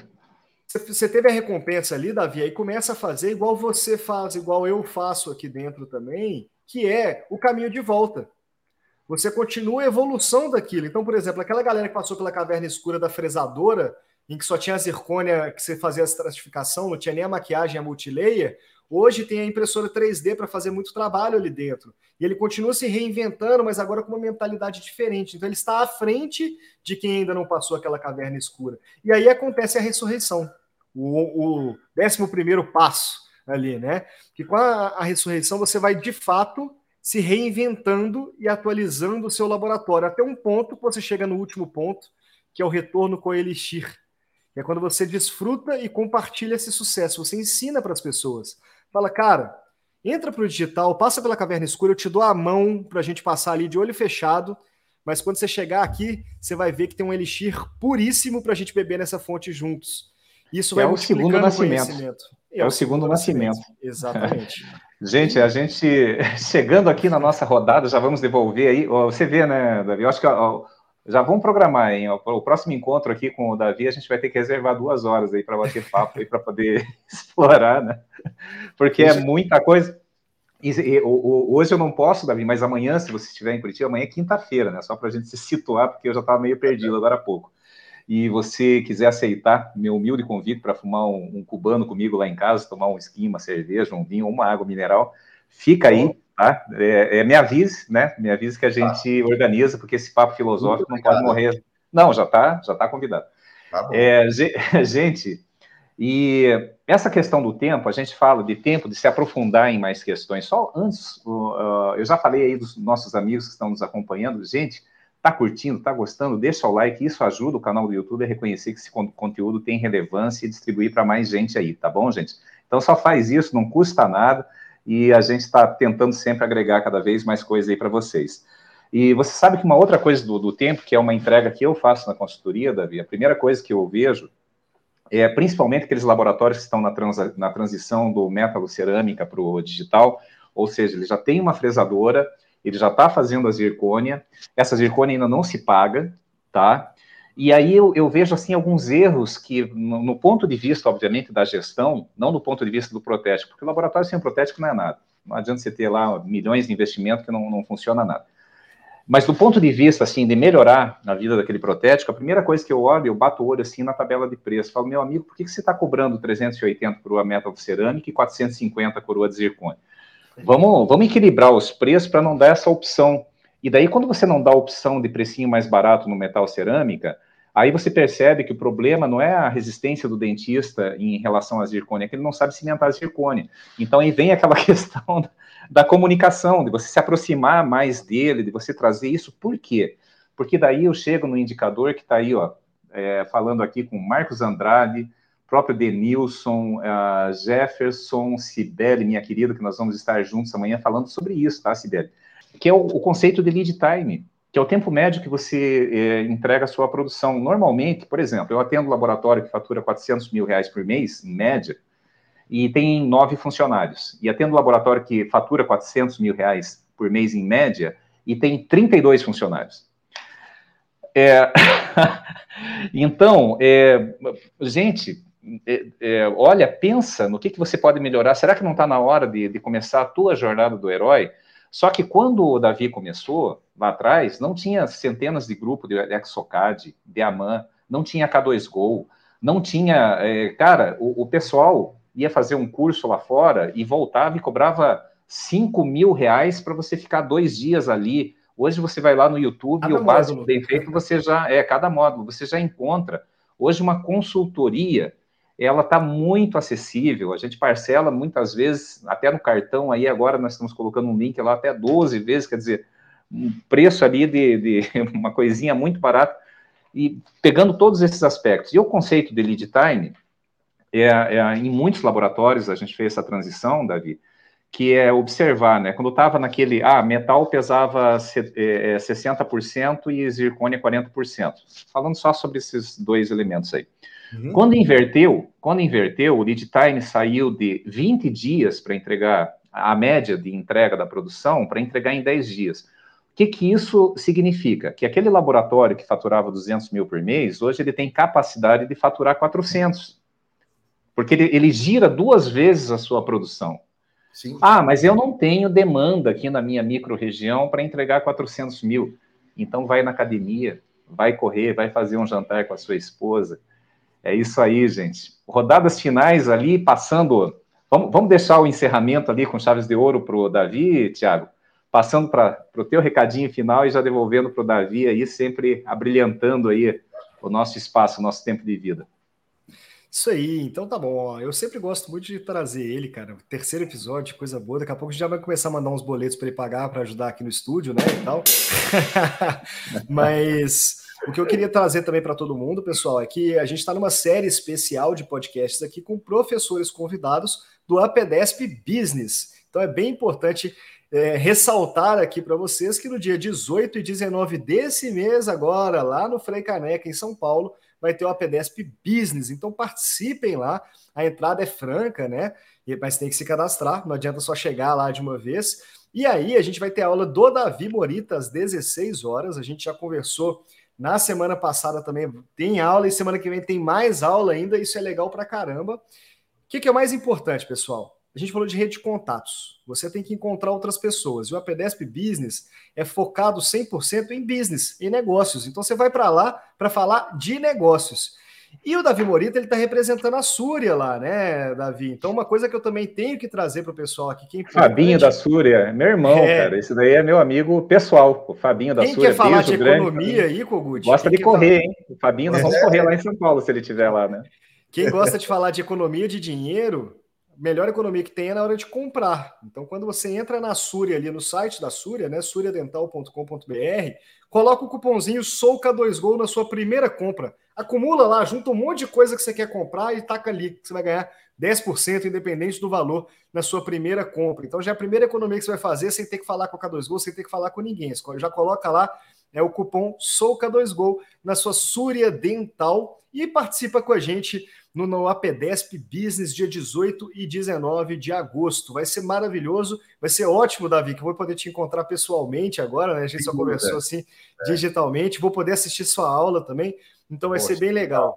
Você teve a recompensa ali, Davi, aí começa a fazer igual você faz, igual eu faço aqui dentro também, que é o caminho de volta. Você continua a evolução daquilo. Então, por exemplo, aquela galera que passou pela caverna escura da fresadora, em que só tinha a zircônia que você fazia a estratificação, não tinha nem a maquiagem, a multilayer, hoje tem a impressora três D para fazer muito trabalho ali dentro. E ele continua se reinventando, mas agora com uma mentalidade diferente. Então ele está à frente de quem ainda não passou aquela caverna escura. E aí acontece a ressurreição, o, o décimo primeiro passo ali, né? Que com a, a ressurreição você vai, de fato, se reinventando e atualizando o seu laboratório, até um ponto que você chega no último ponto, que é o retorno com o Elixir. É quando você desfruta e compartilha esse sucesso. Você ensina para as pessoas. Fala, cara, entra para o digital, passa pela caverna escura, eu te dou a mão para a gente passar ali de olho fechado, mas quando você chegar aqui, você vai ver que tem um Elixir puríssimo para a gente beber nessa fonte juntos. Isso vai é o segundo nascimento. É, é o segundo, segundo nascimento. nascimento. Exatamente. Gente, a gente, chegando aqui na nossa rodada, já vamos devolver aí, você vê, né, Davi, eu acho que ó, já vamos programar, hein, o próximo encontro aqui com o Davi, a gente vai ter que reservar duas horas aí para bater papo aí, para poder explorar, né, porque é muita coisa, e, e, o, o, hoje eu não posso, Davi, mas amanhã, se você estiver em Curitiba, amanhã é quinta-feira, né, só para a gente se situar, porque eu já estava meio perdido agora há pouco. E você quiser aceitar meu humilde convite para fumar um, um cubano comigo lá em casa, tomar um esquinho, uma cerveja, um vinho, uma água mineral, fica aí, tá? É, é, me avise, né? Me avise que a gente ah. organiza, porque esse papo filosófico não pode morrer. Não, já está já tá convidado. Tá bom. É, gente, e essa questão do tempo, a gente fala de tempo, de se aprofundar em mais questões. Só antes, uh, eu já falei aí dos nossos amigos que estão nos acompanhando, gente. Tá curtindo, tá gostando? Deixa o like, isso ajuda o canal do YouTube a reconhecer que esse conteúdo tem relevância e distribuir para mais gente aí, tá bom, gente? Então só faz isso, não custa nada e a gente está tentando sempre agregar cada vez mais coisa aí para vocês. E você sabe que uma outra coisa do, do tempo, que é uma entrega que eu faço na consultoria, Davi, a primeira coisa que eu vejo é principalmente aqueles laboratórios que estão na, trans, na transição do métalo cerâmica para o digital, ou seja, ele já tem uma fresadora, ele já está fazendo a zircônia, essa zircônia ainda não se paga, tá? E aí eu, eu vejo, assim, alguns erros que, no, no ponto de vista, obviamente, da gestão, não do ponto de vista do protético, porque o laboratório sem protético não é nada. Não adianta você ter lá milhões de investimento que não, não funciona nada. Mas do ponto de vista, assim, de melhorar a vida daquele protético, a primeira coisa que eu olho, eu bato o olho, assim, na tabela de preço. Falo, meu amigo, por que, que você está cobrando trezentos e oitenta coroa métal cerâmica e quatrocentos e cinquenta coroa de zircônia? Vamos, vamos equilibrar os preços para não dar essa opção. E daí, quando você não dá a opção de precinho mais barato no metal cerâmica, Aí você percebe que o problema não é a resistência do dentista em relação à zircônia, é que ele não sabe cimentar a zircônia. Então aí vem aquela questão da comunicação, de você se aproximar mais dele, de você trazer isso. Por quê? Porque daí eu chego no indicador que está aí, ó, é, falando aqui com Marcos Andrade, próprio Denilson, uh, Jefferson, Cibele, minha querida, que nós vamos estar juntos amanhã falando sobre isso, tá, Cibele? Que é o, o conceito de lead time, que é o tempo médio que você é, entrega a sua produção. Normalmente, por exemplo, eu atendo um laboratório que fatura quatrocentos mil reais por mês, em média, e tem nove funcionários. E atendo um laboratório que fatura quatrocentos mil reais por mês, em média, e tem trinta e dois funcionários. É... então, é... gente, é, é, olha, pensa no que, que você pode melhorar. Será que não está na hora de, de começar a tua jornada do herói? Só que quando o Davi começou, lá atrás, não tinha centenas de grupos de Exocad, de Aman, não tinha K dois Go, não tinha... É, cara, o, o pessoal ia fazer um curso lá fora e voltava e cobrava cinco mil reais para você ficar dois dias ali. Hoje você vai lá no YouTube cada e o módulo básico bem feito, você já... É, cada módulo, você já encontra. Hoje uma consultoria, ela está muito acessível, a gente parcela muitas vezes, até no cartão, aí agora nós estamos colocando um link lá até doze vezes, quer dizer, um preço ali de, de uma coisinha muito barata, e pegando todos esses aspectos. E o conceito de lead time, é, é, em muitos laboratórios a gente fez essa transição, Davi, que é observar, né, quando estava naquele, ah, metal pesava é, sessenta por cento e zircônia quarenta por cento, falando só sobre esses dois elementos aí. Uhum. Quando inverteu, quando inverteu, o lead time saiu de vinte dias para entregar, a média de entrega da produção, para entregar em dez dias. O que, que isso significa? Que aquele laboratório que faturava duzentos mil por mês, hoje ele tem capacidade de faturar quatrocentos. Porque ele, ele gira duas vezes a sua produção. Sim. Ah, mas eu não tenho demanda aqui na minha micro-região para entregar quatrocentos mil. Então vai na academia, vai correr, vai fazer um jantar com a sua esposa. É isso aí, gente. Rodadas finais ali, passando... Vamos, vamos deixar o encerramento ali com chaves de ouro para o Davi, Thiago? Passando para o teu recadinho final e já devolvendo para o Davi aí, sempre abrilhantando aí o nosso espaço, o nosso tempo de vida. Isso aí, então tá bom. Ó. Eu sempre gosto muito de trazer ele, cara. Terceiro episódio, coisa boa. Daqui a pouco a gente já vai começar a mandar uns boletos para ele pagar, para ajudar aqui no estúdio, né, e tal. Mas o que eu queria trazer também para todo mundo, pessoal, é que a gente está numa série especial de podcasts aqui com professores convidados do APDESP Business. Então é bem importante é, ressaltar aqui para vocês que no dia dezoito e dezenove desse mês agora, lá no Frei Caneca, em São Paulo, vai ter o APDESP Business, então participem lá, a entrada é franca, né? Mas tem que se cadastrar, não adianta só chegar lá de uma vez. E aí a gente vai ter a aula do Davi Morita às dezesseis horas, a gente já conversou na semana passada também, tem aula, e semana que vem tem mais aula ainda, isso é legal pra caramba. O que, que é mais importante, pessoal? A gente falou de rede de contatos. Você tem que encontrar outras pessoas. E o APDESP Business é focado cem por cento em business, em negócios. Então você vai para lá para falar de negócios. E o Davi Morita, ele está representando a Súria lá, né, Davi? Então uma coisa que eu também tenho que trazer para o pessoal aqui... Que é Fabinho da Súria, meu irmão, é... cara. Esse daí é meu amigo pessoal, o Fabinho da Quem Súria. Quem quer falar de economia grande, aí, Kogut? Gosta Quem de correr, falar... hein? O Fabinho, nós vamos é. correr lá em São Paulo, se ele estiver lá, né? Quem gosta de falar de economia, de dinheiro... melhor economia que tem é na hora de comprar. Então, quando você entra na Súria, ali no site da Súria, né, súria dental ponto com ponto b r, coloca o cupomzinho SOUCA dois gol na sua primeira compra. Acumula lá, junta um monte de coisa que você quer comprar e taca ali, que você vai ganhar dez por cento independente do valor na sua primeira compra. Então, já é a primeira economia que você vai fazer sem ter que falar com a K dois gol, sem ter que falar com ninguém. Você já coloca lá é o cupom SOUCA dois gol na sua Súria Dental e participa com a gente no, no APDESP Business, dia dezoito e dezenove de agosto. Vai ser maravilhoso, vai ser ótimo, Davi, que eu vou poder te encontrar pessoalmente agora, né? A gente só conversou assim é. digitalmente, vou poder assistir sua aula também, então vai Poxa, ser bem legal.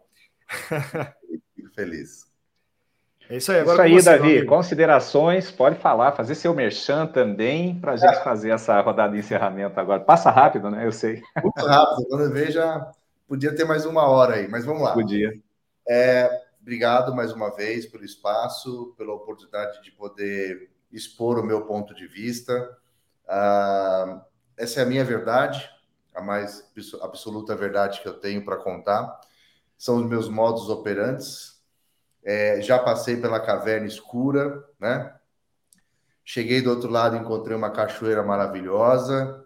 Fico feliz. É isso aí, agora isso aí, Davi, considerações, pode falar, fazer seu merchan também, para a gente é. fazer essa rodada de encerramento agora. Passa rápido, né? Eu sei. Muito rápido, quando eu vejo já podia ter mais uma hora aí, mas vamos lá. Podia. É, obrigado mais uma vez pelo espaço, pela oportunidade de poder expor o meu ponto de vista. Ah, essa é a minha verdade, a mais absoluta verdade que eu tenho para contar. São os meus modus operantes. É, já passei pela caverna escura, né? Cheguei do outro lado e encontrei uma cachoeira maravilhosa.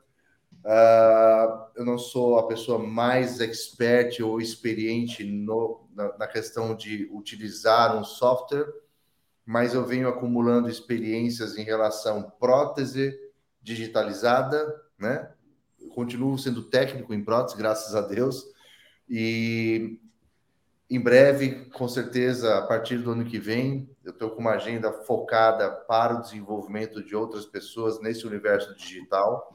Uh, eu não sou a pessoa mais expert ou experiente no, na, na questão de utilizar um software, mas eu venho acumulando experiências em relação à prótese digitalizada, né? Eu continuo sendo técnico em prótese, graças a Deus, e em breve, com certeza, a partir do ano que vem, eu estou com uma agenda focada para o desenvolvimento de outras pessoas nesse universo digital.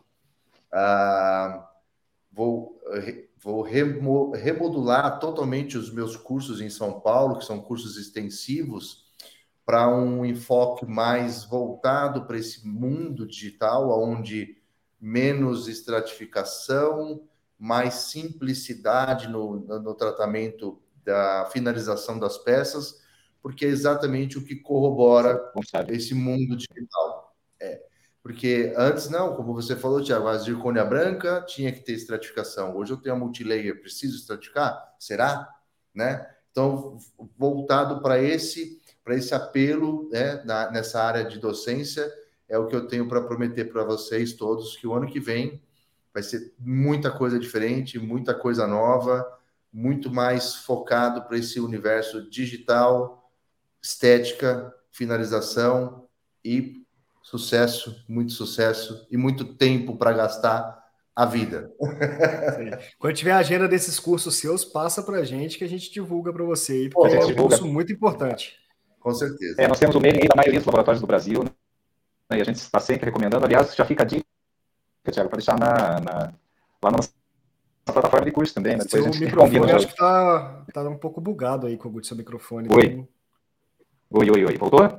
Uh, vou vou remo, remodular totalmente os meus cursos em São Paulo, que são cursos extensivos, para um enfoque mais voltado para esse mundo digital, onde menos estratificação, mais simplicidade no, no, no tratamento da finalização das peças, porque é exatamente o que corrobora esse mundo digital. É, porque antes, não, como você falou, Thiago, a zircônia branca tinha que ter estratificação. Hoje eu tenho a multilayer, preciso estratificar? Será? Né? Então, voltado para esse, para esse apelo, né, na, nessa área de docência, é o que eu tenho para prometer para vocês todos, que o ano que vem vai ser muita coisa diferente, muita coisa nova, muito mais focado para esse universo digital, estética, finalização e sucesso, muito sucesso e muito tempo para gastar a vida. Sim. Quando tiver a agenda desses cursos seus, passa para a gente que a gente divulga para você aí, porque Pô, é um divulga. curso muito importante. Com certeza. É, nós temos o mailing da maioria dos laboratórios do Brasil, né? E a gente está sempre recomendando. Aliás, já fica a dica, Thiago, para deixar na, na, lá na nossa plataforma de curso também. Né? Seu a gente microfone acho que está tá um pouco bugado aí, Kogut, seu microfone. Oi. Então... oi, oi, oi. Voltou?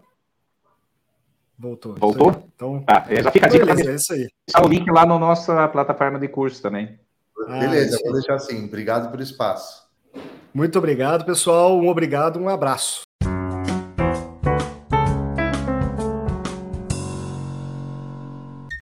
Voltou. Voltou? Então... Ah, já fica a dica. Beleza, é isso aí. Deixar o link lá na nossa plataforma de curso também. Ah, beleza, vou deixar assim. Obrigado pelo espaço. Muito obrigado, pessoal. Um obrigado, um abraço.